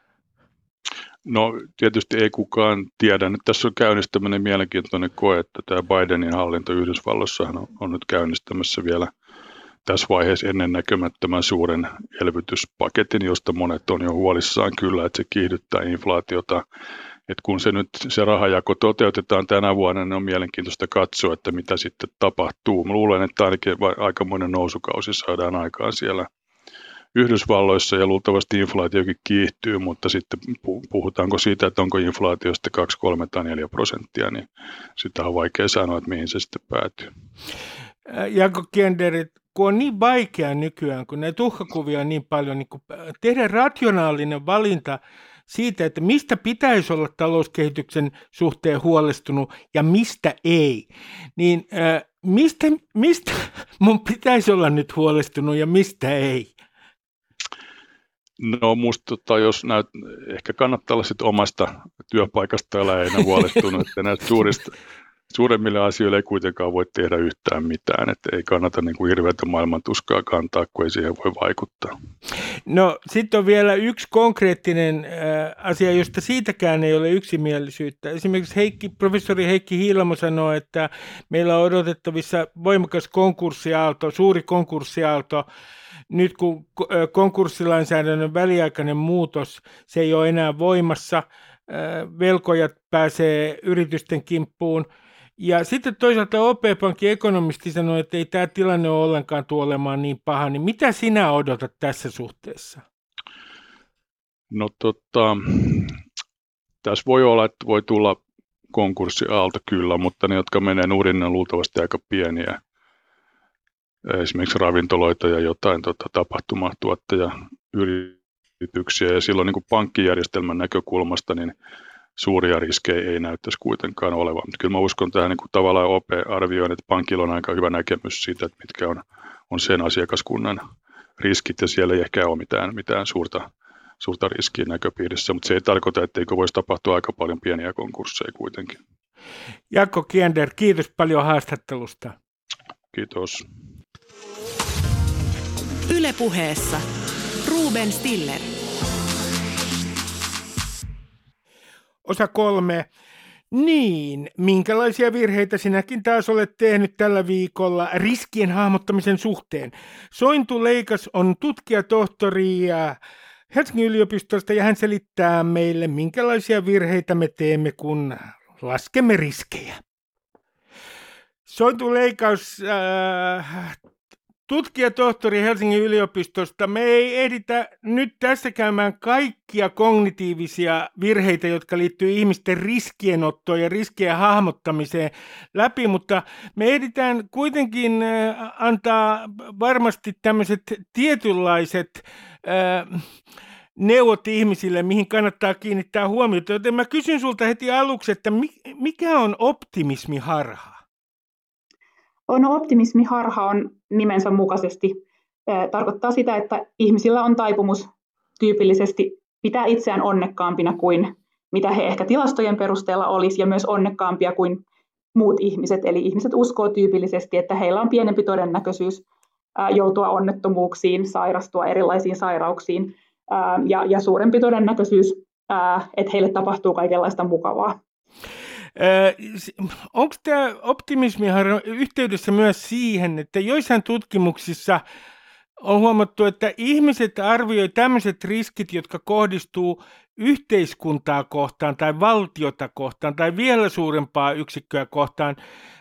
No tietysti ei kukaan tiedä. Nyt tässä on käynnissä tämmöinen mielenkiintoinen koe, että tämä Bidenin hallinto Yhdysvalloissahan on, on nyt käynnistämässä vielä tässä vaiheessa ennennäkemättömän suuren elvytyspaketin, josta monet on jo huolissaan kyllä, että se kiihdyttää inflaatiota. Et kun se nyt se rahajako toteutetaan tänä vuonna, niin on mielenkiintoista katsoa, että mitä sitten tapahtuu. Mä luulen, että ainakin aikamoinen nousukausi saadaan aikaan siellä Yhdysvalloissa ja luultavasti inflaatiokin kiihtyy, mutta sitten puhutaanko siitä, että onko inflaatio sitten kaksi, kolme tai neljä prosenttia, niin sitä on vaikea sanoa, että mihin se sitten päätyy. Jaakko Kiander, kun on niin vaikea nykyään, kun näitä uhkakuvia on niin paljon, niin kun tehdä rationaalinen valinta siitä, että mistä pitäisi olla talouskehityksen suhteen huolestunut ja mistä ei, niin äh, mistä, mistä mun pitäisi olla nyt huolestunut ja mistä ei? No musta, tota, jos näyt, ehkä kannattaa olla sit omasta työpaikasta ja lähinnä huolestunut, että näistä suurista, suuremmille asioille ei kuitenkaan voi tehdä yhtään mitään, että ei kannata niin kuin hirveätä maailmantuskaa kantaa, kun ei siihen voi vaikuttaa. No sitten on vielä yksi konkreettinen äh, asia, josta siitäkään ei ole yksimielisyyttä. Esimerkiksi Heikki, professori Heikki Hiilamo sanoo, että meillä on odotettavissa voimakas konkurssiaalto, suuri konkurssiaalto. Nyt kun konkurssilainsäädännön väliaikainen muutos, se ei ole enää voimassa, velkojat pääsee yritysten kimppuun. Ja sitten toisaalta O P-pankin ekonomisti sanoi, että ei tämä tilanne ole ollenkaan tule olemaan niin paha. Niin mitä sinä odotat tässä suhteessa? No tota, tässä voi olla, että voi tulla konkurssiaalto kyllä, mutta ne, jotka menee nurin, on luultavasti aika pieniä. Esimerkiksi ravintoloita ja jotain tota, tapahtumatuottajayrityksiä. Ja silloin niin kuin pankkijärjestelmän näkökulmasta niin suuria riskejä ei näyttäisi kuitenkaan olevan. Mutta kyllä mä uskon tähän niin kuin tavallaan O P-arvioon, että pankilla on aika hyvä näkemys siitä, että mitkä on, on sen asiakaskunnan riskit. Ja siellä ei ehkä ole mitään, mitään suurta, suurta riskiä näköpiirissä, mutta se ei tarkoita, etteikö voisi tapahtua aika paljon pieniä konkursseja kuitenkin. Jaakko Kiander, kiitos paljon haastattelusta. Kiitos. Yle Puheessa Ruben Stiller. Osa kolme. Niin, minkälaisia virheitä sinäkin taas olet tehnyt tällä viikolla riskien hahmottamisen suhteen? Sointu Leikas on tutkijatohtori ja Helsingin yliopistosta ja hän selittää meille, minkälaisia virheitä me teemme, kun laskemme riskejä. Sointu Leikaus, äh, tutkija tohtori Helsingin yliopistosta. Me ei ehditä nyt tässä käymään kaikkia kognitiivisia virheitä, jotka liittyy ihmisten riskienottoon ja riskien hahmottamiseen läpi, mutta me ehditään kuitenkin äh, antaa varmasti tämmöiset tietynlaiset äh, neuvot ihmisille, mihin kannattaa kiinnittää huomiota. Joten mä kysyn sulta heti aluksi, että mikä on optimismiharha? No, optimismiharha on nimensä mukaisesti. Eh, tarkoittaa sitä, että ihmisillä on taipumus tyypillisesti pitää itseään onnekkaampina kuin mitä he ehkä tilastojen perusteella olisi, ja myös onnekkaampia kuin muut ihmiset. Eli ihmiset uskoo tyypillisesti, että heillä on pienempi todennäköisyys eh, joutua onnettomuuksiin, sairastua erilaisiin sairauksiin, eh, ja, ja suurempi todennäköisyys, eh, että heille tapahtuu kaikenlaista mukavaa. Onko tämä optimismiharha yhteydessä myös siihen, että joissain tutkimuksissa on huomattu, että ihmiset arvioi tämmöiset riskit, jotka kohdistuu yhteiskuntaa kohtaan tai valtiota kohtaan tai vielä suurempaa yksikköä kohtaan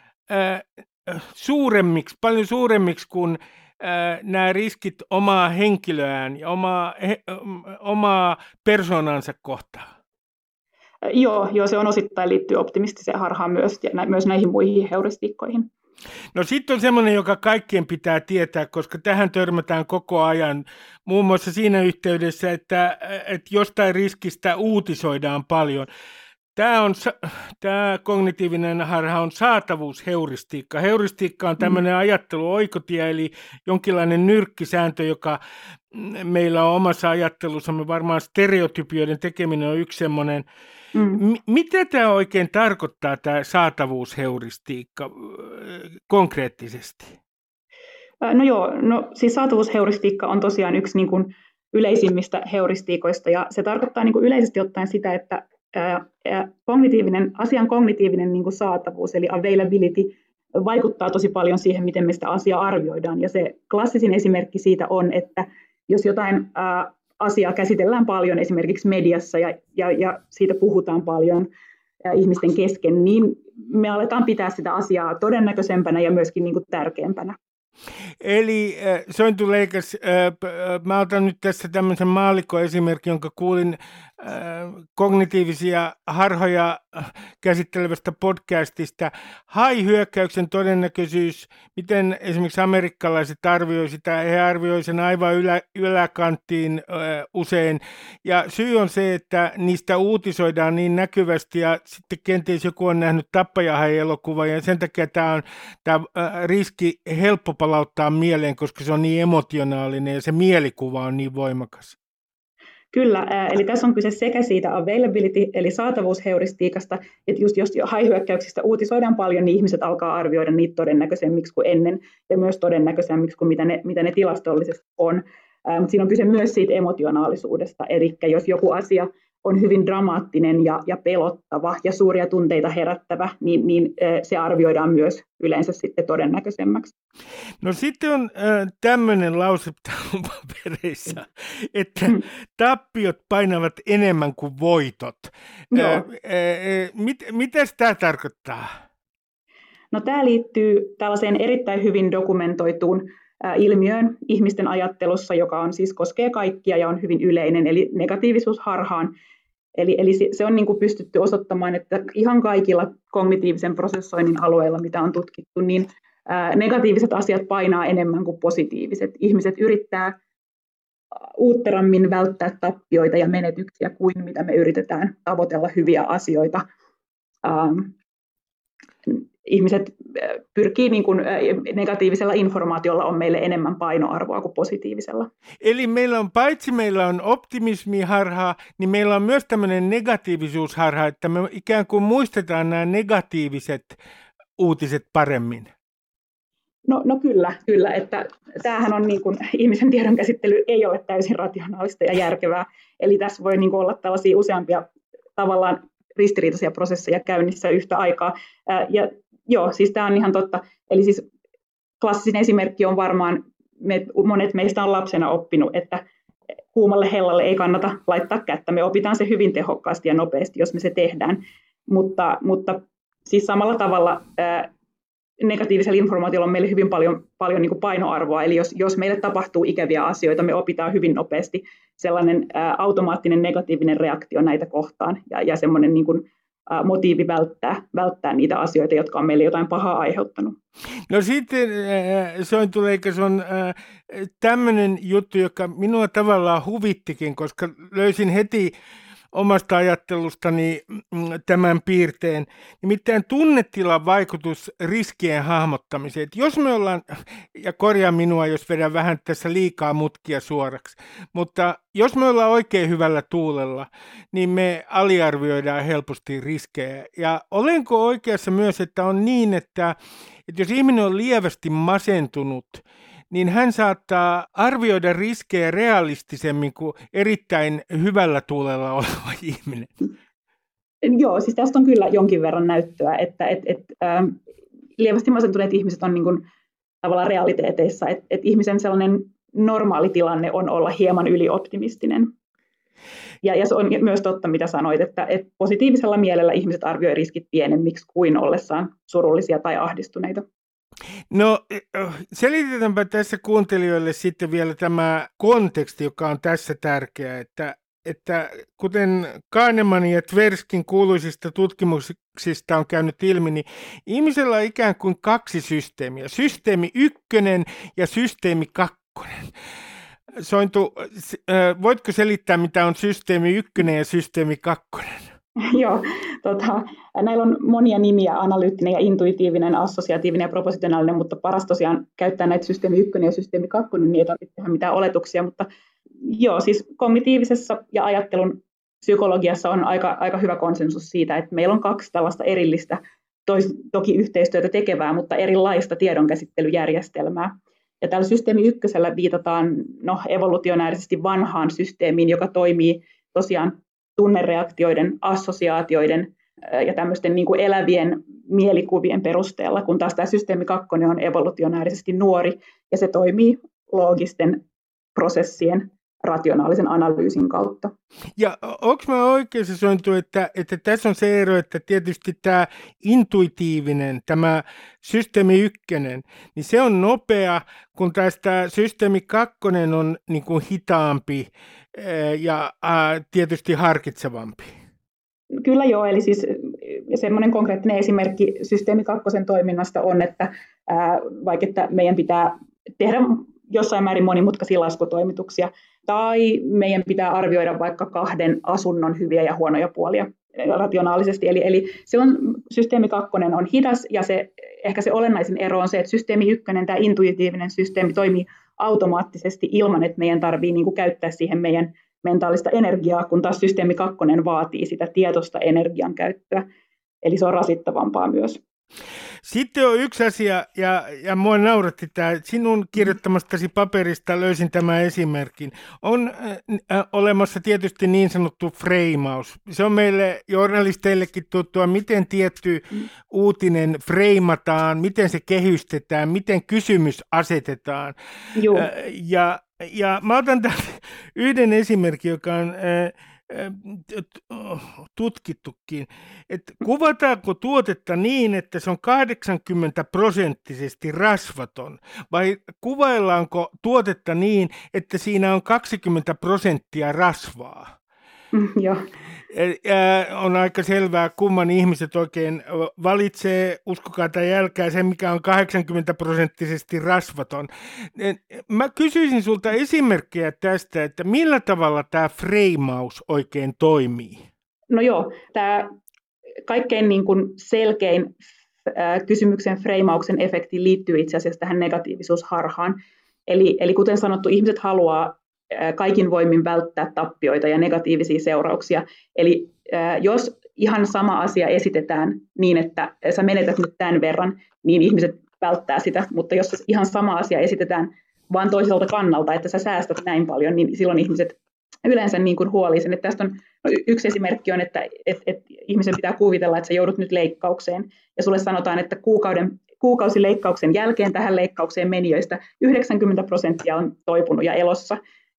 suuremmiksi, paljon suuremmiksi kuin nämä riskit omaa henkilöään ja omaa, he, omaa persoonansa kohtaan? Joo, joo, se on osittain liittyy optimistiseen harhaan myös ja nä- myös näihin muihin heuristiikkoihin. No sitten on semmoinen, joka kaikkien pitää tietää, koska tähän törmätään koko ajan. Muun muassa siinä yhteydessä, että, että jostain riskistä uutisoidaan paljon. Tämä, on, tämä kognitiivinen harha on saatavuusheuristiikka. Heuristiikka on tämmöinen mm. ajatteluoikotie, eli jonkinlainen nyrkkisääntö, joka meillä on omassa ajattelussamme. Varmaan stereotypioiden tekeminen on yksi semmoinen. Mm. M- mitä tämä oikein tarkoittaa, tämä saatavuusheuristiikka konkreettisesti? No joo, no siis saatavuusheuristiikka on tosiaan yksi niin kuin yleisimmistä heuristiikoista, ja se tarkoittaa niin kuin yleisesti ottaen sitä, että kognitiivinen, asian kognitiivinen niin kuin saatavuus, eli availability, vaikuttaa tosi paljon siihen, miten me sitä asiaa arvioidaan. Ja se klassisin esimerkki siitä on, että jos jotain ää, asiaa käsitellään paljon esimerkiksi mediassa ja, ja, ja siitä puhutaan paljon ää, ihmisten kesken, niin me aletaan pitää sitä asiaa todennäköisempänä ja myöskin niin kuin tärkeämpänä. Eli äh, Sointu Leikas, äh, mä otan nyt tässä tämmöisen maallikkoesimerkin, jonka kuulin äh, kognitiivisia harhoja käsittelevästä podcastista. Hai-hyökkäyksen todennäköisyys, miten esimerkiksi amerikkalaiset arvioivat sitä, he arvioivat sen aivan ylä, yläkanttiin äh, usein. Ja syy on se, että niistä uutisoidaan niin näkyvästi ja sitten kenties joku on nähnyt Tappajahai-elokuvan ja sen takia tämä on tämä äh, riski helppo palauttaa mieleen, koska se on niin emotionaalinen ja se mielikuva on niin voimakas. Kyllä, eli tässä on kyse sekä siitä availability, eli saatavuusheuristiikasta, että just jos hai-hyökkäyksistä uutisoidaan paljon, niin ihmiset alkaa arvioida niitä todennäköisemmiksi kuin ennen, ja myös todennäköisemmiksi kuin mitä ne, mitä ne tilastollisesti on. Mutta siinä on kyse myös siitä emotionaalisuudesta, eli jos joku asia on hyvin dramaattinen ja, ja pelottava ja suuria tunteita herättävä, niin, niin se arvioidaan myös yleensä sitten todennäköisemmäksi. No sitten on äh, tämmöinen lause papereissa, että hmm. tappiot painavat enemmän kuin voitot. Äh, äh, mit, mitäs tämä tarkoittaa? No tämä liittyy tällaiseen erittäin hyvin dokumentoituun äh, ilmiöön ihmisten ajattelussa, joka on siis koskee kaikkia ja on hyvin yleinen, eli negatiivisuusharhaan. Eli, eli se on niin kuin pystytty osoittamaan, että ihan kaikilla kognitiivisen prosessoinnin alueilla, mitä on tutkittu, niin ää, negatiiviset asiat painaa enemmän kuin positiiviset. Ihmiset yrittää uutterammin välttää tappioita ja menetyksiä kuin mitä me yritetään tavoitella hyviä asioita. Ähm, ihmiset pyrkii niin kuin negatiivisella informaatiolla on meille enemmän painoarvoa kuin positiivisella. Eli meillä on, paitsi meillä on optimismiharha, niin meillä on myös tämmöinen negatiivisuusharha, että me ikään kuin muistetaan nämä negatiiviset uutiset paremmin. No, no kyllä, kyllä, että tämähän on niin kuin, ihmisen tiedonkäsittely ei ole täysin rationaalista ja järkevää, eli tässä voi niin kuin olla tällaisia useampia tavallaan ristiriitaisia prosesseja käynnissä yhtä aikaa, ja joo, siis tämä on ihan totta. Eli siis klassisin esimerkki on varmaan, me, monet meistä on lapsena oppinut, että kuumalle hellalle ei kannata laittaa kättä. Me opitaan se hyvin tehokkaasti ja nopeasti, jos me se tehdään. mutta, mutta siis samalla tavalla ää, negatiivisella informaatiolla on meille hyvin paljon, paljon niin kuin painoarvoa, eli jos, jos meille tapahtuu ikäviä asioita, me opitaan hyvin nopeasti sellainen ää, automaattinen negatiivinen reaktio näitä kohtaan ja, ja semmoinen niin kuin, ää, motiivi välttää, välttää niitä asioita, jotka on meille jotain pahaa aiheuttanut. No sitten Sointuleikä, se on tämmöinen juttu, joka minua tavallaan huvittikin, koska löysin heti omasta ajattelustani tämän piirteen, nimittäin tunnetilan vaikutus riskien hahmottamiseen. Että jos me ollaan, ja korjaa minua, jos vedän vähän tässä liikaa mutkia suoraksi, mutta jos me ollaan oikein hyvällä tuulella, niin me aliarvioidaan helposti riskejä. Ja olenko oikeassa myös, että on niin, että, että jos ihminen on lievästi masentunut, niin hän saattaa arvioida riskejä realistisemmin kuin erittäin hyvällä tuulella oleva ihminen. Joo, siis tästä on kyllä jonkin verran näyttöä, että et, et, äh, lievästi masentuneet ihmiset on niin kuin tavallaan realiteeteissa, että et ihmisen sellainen normaali tilanne on olla hieman ylioptimistinen. Ja, ja se on myös totta, mitä sanoit, että et positiivisella mielellä ihmiset arvioi riskit pienemmiksi kuin ollessaan surullisia tai ahdistuneita. No selitetäänpä tässä kuuntelijoille sitten vielä tämä konteksti, joka on tässä tärkeä, että, että kuten Kahnemanin ja Tverskin kuuluisista tutkimuksista on käynyt ilmi, niin ihmisellä on ikään kuin kaksi systeemiä, systeemi ykkönen ja systeemi kakkonen. Sointu, voitko selittää, mitä on systeemi ykkönen ja systeemi kakkonen? Joo, tota, näillä on monia nimiä, analyyttinen ja intuitiivinen, assosiatiivinen ja propositionaalinen, mutta paras tosiaan käyttää näitä systeemi ykkönen ja systeemi kakkonen, niin ei tarvitse tehdä mitään oletuksia, mutta joo, siis kognitiivisessa ja ajattelun psykologiassa on aika, aika hyvä konsensus siitä, että meillä on kaksi tällaista erillistä, tois, toki yhteistyötä tekevää, mutta erilaista tiedonkäsittelyjärjestelmää. Ja tällä systeemi ykkösellä viitataan no, evolutionäärisesti vanhaan systeemiin, joka toimii tosiaan tunnereaktioiden, assosiaatioiden ja tämmöisten niin kuin elävien mielikuvien perusteella, kun taas tämä systeemi kakkonen on evolutionäärisesti nuori ja se toimii loogisten prosessien rationaalisen analyysin kautta. Ja onko mä oikeassa, Sointu, että, että tässä on se ero, että tietysti tämä intuitiivinen, tämä systeemi ykkönen, niin se on nopea, kun taas tämä systeemi kakkonen on niin kuin hitaampi ja ää, tietysti harkitsevampi. Kyllä joo, eli siis semmoinen konkreettinen esimerkki systeemi kakkosen toiminnasta on, että ää, vaikka että meidän pitää tehdä jossain määrin monimutkaisia laskutoimituksia, tai meidän pitää arvioida vaikka kahden asunnon hyviä ja huonoja puolia rationaalisesti. Eli, eli se on, systeemi kakkonen on hidas, ja se, ehkä se olennaisin ero on se, että systeemi ykkönen, tämä intuitiivinen systeemi, toimii automaattisesti ilman, että meidän tarvitsee niin kuin käyttää siihen meidän mentaalista energiaa, kun taas systeemi kakkonen vaatii sitä tietoista energian käyttöä. Eli se on rasittavampaa myös. Sitten on yksi asia, ja, ja mua nauratti tämä, sinun kirjoittamastasi paperista löysin tämän esimerkin. On äh, olemassa tietysti niin sanottu freimaus. Se on meille journalisteillekin tuttua, miten tietty uutinen freimataan, miten se kehystetään, miten kysymys asetetaan. Äh, ja, ja mä otan tämän yhden esimerkin, joka on Äh, tutkittukin, että kuvataanko tuotetta niin, että se on kahdeksankymmentä prosenttisesti rasvaton, vai kuvaillaanko tuotetta niin, että siinä on kaksikymmentä prosenttia rasvaa? Mm, joo. On aika selvää, kumman ihmiset oikein valitsee, uskokaa tai jälkää, sen, mikä on kahdeksankymmentä prosenttisesti rasvaton. Mä kysyisin sulta esimerkkejä tästä, että millä tavalla tämä freimaus oikein toimii? No joo, tämä kaikkein niin kuin selkein äh, kysymyksen freimauksen efekti liittyy itse asiassa tähän negatiivisuusharhaan. Eli, eli kuten sanottu, ihmiset haluaa kaikin voimin välttää tappioita ja negatiivisia seurauksia. Eli äh, jos ihan sama asia esitetään niin, että sä menetät nyt tämän verran, niin ihmiset välttää sitä. Mutta jos ihan sama asia esitetään vaan toiselta kannalta, että sä säästät näin paljon, niin silloin ihmiset yleensä niin kuin huolii sen. Että tästä on, no yksi esimerkki on, että et, et ihmisen pitää kuvitella, että sä joudut nyt leikkaukseen. Ja sulle sanotaan, että kuukauden, kuukausileikkauksen jälkeen tähän leikkaukseen menijöistä yhdeksänkymmentä prosenttia on toipunut ja elossa.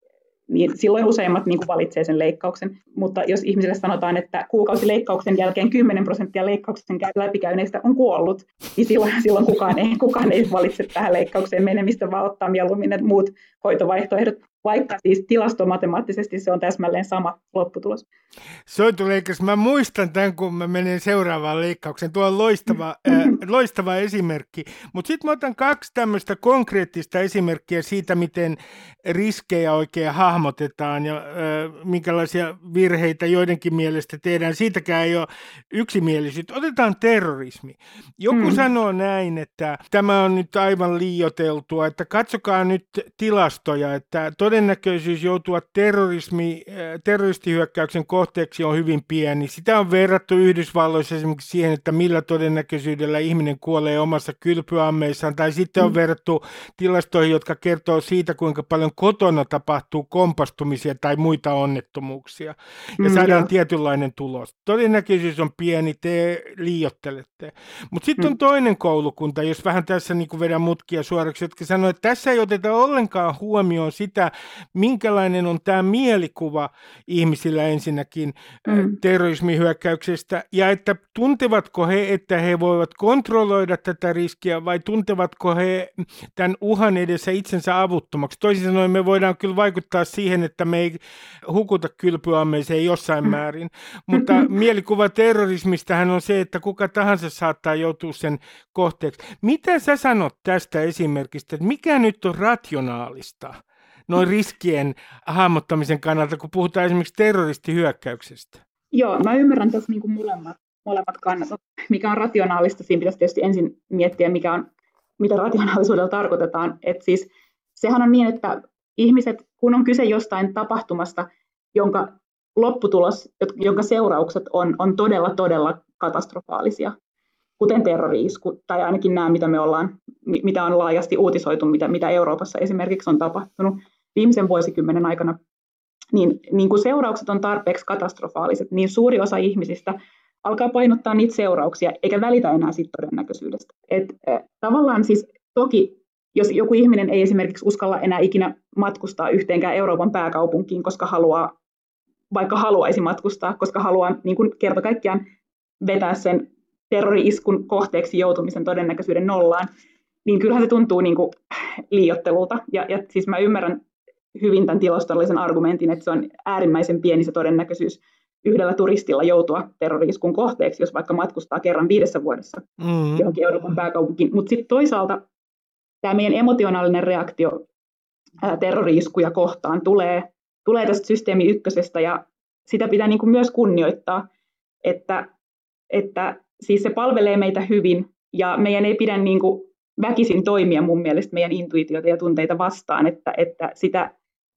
niin silloin useimmat niin kuin valitsee sen leikkauksen. Mutta jos ihmisille sanotaan, että kuukausileikkauksen jälkeen kymmenen prosenttia leikkauksen läpikäyneistä on kuollut, niin silloin, silloin kukaan, ei, kukaan ei valitse tähän leikkaukseen menemistä, vaan ottaa mieluummin ne muut hoitovaihtoehdot, vaikka siis tilastomatemaattisesti se on täsmälleen sama lopputulos. Sointuleikas, mä muistan tämän, kun mä menen seuraavaan leikkaukseen. Tuo on loistava, äh, loistava esimerkki. Mutta sitten mä otan kaksi tämmöistä konkreettista esimerkkiä siitä, miten riskejä oikein hahmotetaan ja äh, minkälaisia virheitä joidenkin mielestä tehdään. Siitäkään ei ole yksimielisyyttä. Otetaan terrorismi. Joku mm. sanoo näin, että tämä on nyt aivan liioiteltua, että katsokaa nyt tilastoja, että todennäköisyys joutua terrorismi, terroristihyökkäyksen kohteeksi on hyvin pieni. Sitä on verrattu Yhdysvalloissa esimerkiksi siihen, että millä todennäköisyydellä ihminen kuolee omassa kylpyammeissaan, tai sitten on verrattu tilastoihin, jotka kertoo siitä, kuinka paljon kotona tapahtuu kompastumisia tai muita onnettomuuksia, ja saadaan mm, tietynlainen tulos. Todennäköisyys on pieni, te liioittelette. Mutta sitten on toinen koulukunta, jos vähän tässä niin kuin vedän mutkia suoraksi, jotka sanoo, että tässä ei oteta ollenkaan huomioon sitä, minkälainen on tämä mielikuva ihmisillä ensinnäkin mm. terrorismihyökkäyksestä, ja että tuntevatko he, että he voivat kontrolloida tätä riskiä, vai tuntevatko he tämän uhan edessä itsensä avuttomaksi. Toisin sanoen me voidaan kyllä vaikuttaa siihen, että me ei hukuta kylpyammeeseen jossain määrin, mutta mielikuva terrorismistahan on se, että kuka tahansa saattaa joutua sen kohteeksi. Mitä sä sanot tästä esimerkistä, että mikä nyt on rationaalista noin riskien hahmottamisen kannalta, kun puhutaan esimerkiksi terroristihyökkäyksestä? Joo, mä ymmärrän tässä niin kuin molemmat, molemmat kannat. Mikä on rationaalista, siinä pitäisi tietysti ensin miettiä, mikä on, mitä rationaalisuudella tarkoitetaan. Et siis, sehän on niin, että ihmiset, kun on kyse jostain tapahtumasta, jonka lopputulos, jonka seuraukset on, on todella, todella katastrofaalisia, kuten terrori-isku, tai ainakin nämä, mitä me ollaan, mitä on laajasti uutisoitu, mitä, mitä Euroopassa esimerkiksi on tapahtunut viimeisen vuosikymmenen aikana, niin, niin kun seuraukset on tarpeeksi katastrofaaliset, niin suuri osa ihmisistä alkaa painottaa niitä seurauksia, eikä välitä enää siitä todennäköisyydestä. Et, äh, tavallaan siis toki, jos joku ihminen ei esimerkiksi uskalla enää ikinä matkustaa yhteenkään Euroopan pääkaupunkiin, koska haluaa, vaikka haluaisi matkustaa, koska haluaa niin kun kerta kaikkiaan vetää sen terrori-iskun kohteeksi joutumisen todennäköisyyden nollaan, niin kyllähän se tuntuu niin kuin liioittelulta. Ja, ja siis mä ymmärrän hyvin tämän tilastollisen argumentin, että se on äärimmäisen pieni se todennäköisyys yhdellä turistilla joutua terrori-iskun kohteeksi, jos vaikka matkustaa kerran viidessä vuodessa mm-hmm. johonkin Euroopan pääkaupunkiin. Mutta sitten toisaalta tämä meidän emotionaalinen reaktio ää, terrori-iskuja kohtaan tulee, tulee tästä systeemi ykkösestä, ja sitä pitää niin kuin myös kunnioittaa, että, että siis se palvelee meitä hyvin, ja meidän ei pidä niin kuin väkisin toimia mun mielestä meidän intuitioita ja tunteita vastaan, että, että sitä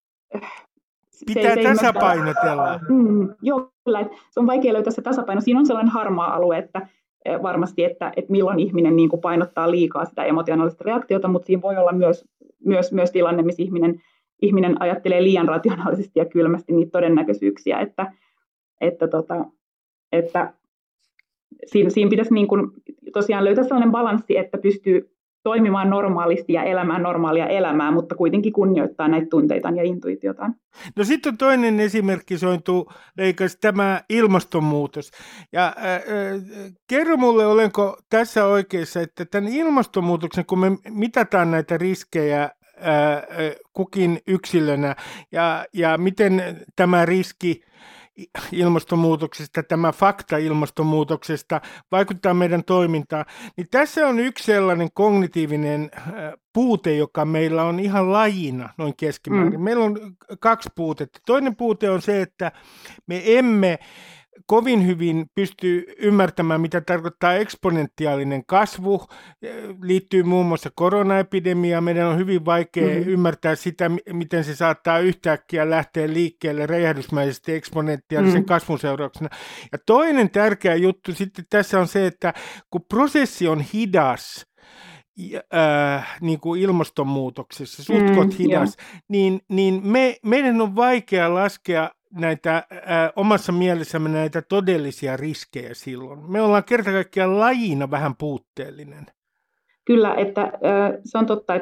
pitää se, se tasapainotella. Mm, joo, kyllä, se on vaikea löytää se tasapaino. Siinä on sellainen harmaa alue, että varmasti, että, että milloin ihminen niin kuin painottaa liikaa sitä emotionaalista reaktiota, mutta siinä voi olla myös, myös, myös tilanne, missä ihminen, ihminen ajattelee liian rationaalisesti ja kylmästi niitä todennäköisyyksiä, että, että, tota, että siinä, siinä pitäisi niin kuin tosiaan löytää sellainen balanssi, että pystyy toimimaan normaalisti ja elämään normaalia elämää, mutta kuitenkin kunnioittaa näitä tunteitaan ja intuitiotaan. No sitten on toinen esimerkki, Sointuleikas, tämä ilmastonmuutos. Ja äh, kerro mulle, olenko tässä oikeassa, että tämän ilmastonmuutoksen, kun me mitataan näitä riskejä äh, kukin yksilönä, ja, ja miten tämä riski ilmastonmuutoksesta, tämä fakta ilmastonmuutoksesta vaikuttaa meidän toimintaan, niin tässä on yksi sellainen kognitiivinen puute, joka meillä on ihan lajina noin keskimäärin. Mm. Meillä on kaksi puutetta. Toinen puute on se, että me emme kovin hyvin pystyy ymmärtämään, mitä tarkoittaa eksponentiaalinen kasvu. Liittyy muun muassa koronaepidemiaan. Meidän on hyvin vaikea mm-hmm. ymmärtää sitä, miten se saattaa yhtäkkiä lähteä liikkeelle räjähdysmäisesti eksponentiaalisen mm-hmm. kasvun seurauksena. Ja toinen tärkeä juttu sitten tässä on se, että kun prosessi on hidas, Äh, niin kuin ilmastonmuutoksessa, sutkot mm, hidas, niin, niin me, meidän on vaikea laskea näitä äh, omassa mielessämme näitä todellisia riskejä silloin. Me ollaan kerta kaikkiaan lajina vähän puutteellinen. Kyllä, että äh, se on totta, että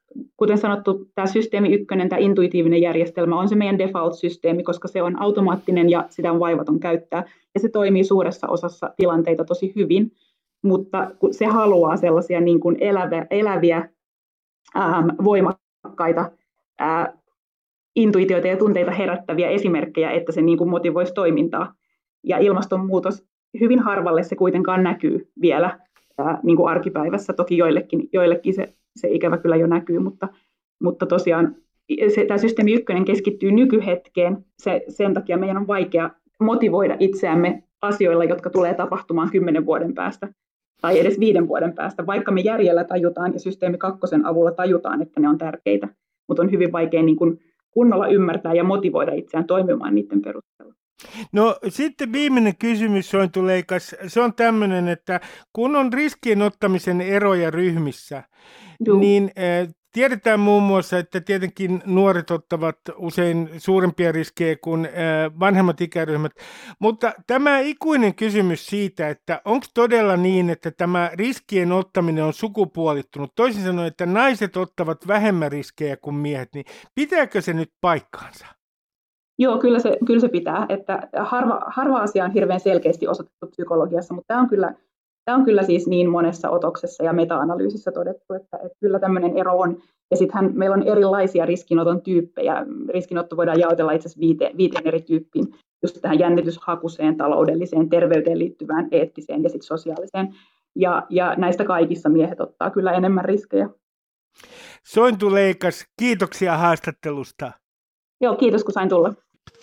kuten sanottu, tämä systeemi ykkönen, tämä intuitiivinen järjestelmä on se meidän default-systeemi, koska se on automaattinen ja sitä on vaivaton käyttää. Ja se toimii suuressa osassa tilanteita tosi hyvin, mutta se haluaa sellaisia niin kuin eläviä, eläviä ähm, voimakkaita äh, intuitioita ja tunteita herättäviä esimerkkejä, että se niin kuin motivoisi toimintaa. Ja ilmastonmuutos, hyvin harvalle se kuitenkaan näkyy vielä ää, niin kuin arkipäivässä. Toki joillekin, joillekin se, se ikävä kyllä jo näkyy, mutta, mutta tosiaan se, tämä systeemi ykkönen keskittyy nykyhetkeen. Se, sen takia meidän on vaikea motivoida itseämme asioilla, jotka tulee tapahtumaan kymmenen vuoden päästä tai edes viiden vuoden päästä, vaikka me järjellä tajutaan ja systeemi kakkosen avulla tajutaan, että ne on tärkeitä, mutta on hyvin vaikea niin kuin kunnolla ymmärtää ja motivoida itseään toimimaan niiden perusteella. No sitten viimeinen kysymys, Sointu Leikas, se on tämmöinen, että kun on riskien ottamisen eroja ryhmissä, Juh. niin äh, tiedetään muun muassa, että tietenkin nuoret ottavat usein suurempia riskejä kuin äh, vanhemmat ikäryhmät, mutta tämä ikuinen kysymys siitä, että onko todella niin, että tämä riskien ottaminen on sukupuolittunut, toisin sanoen, että naiset ottavat vähemmän riskejä kuin miehet, niin pitääkö se nyt paikkaansa? Joo, kyllä se, kyllä se pitää. Että harva, harva asia on hirveän selkeästi osoitettu psykologiassa, mutta tämä on kyllä, tämä on kyllä siis niin monessa otoksessa ja meta-analyysissä todettu, että, että kyllä tämmöinen ero on. Ja sittenhän meillä on erilaisia riskinoton tyyppejä. Riskinotto voidaan jaotella itse asiassa viite, viiteen eri tyyppiin, just tähän jännityshakuseen, taloudelliseen, terveyteen liittyvään, eettiseen ja sitten sosiaaliseen. Ja, ja näistä kaikissa miehet ottaa kyllä enemmän riskejä. Sointu Leikas, kiitoksia haastattelusta. Joo, kiitos kun sain tulla.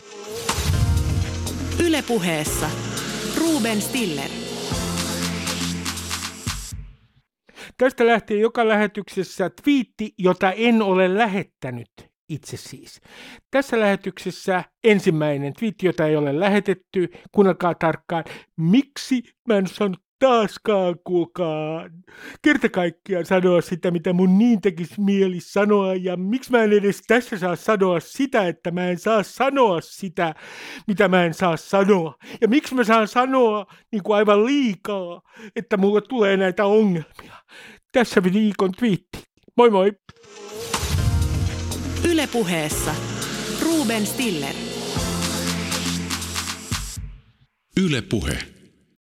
Yle Puheessa Ruben Stiller. Tästä lähtee joka lähetyksessä twiitti, jota en ole lähettänyt itse siis. Tässä lähetyksessä ensimmäinen twiitti, jota ei ole lähetetty. Kuunnelkaa tarkkaan. Miksi mä en saanut taaskaan, kuulkaa, kerta kaikkiaan sanoa sitä, mitä mun niin tekisi mieli sanoa, ja miksi mä en edes tässä saa sanoa sitä, että mä en saa sanoa sitä, mitä mä en saa sanoa, ja miksi mä saan sanoa niin kuin aivan liikaa, että mulle tulee näitä ongelmia. Tässä viikon twiitti. Moi moi! Yle Puheessa Ruben Stiller. Yle Puhe.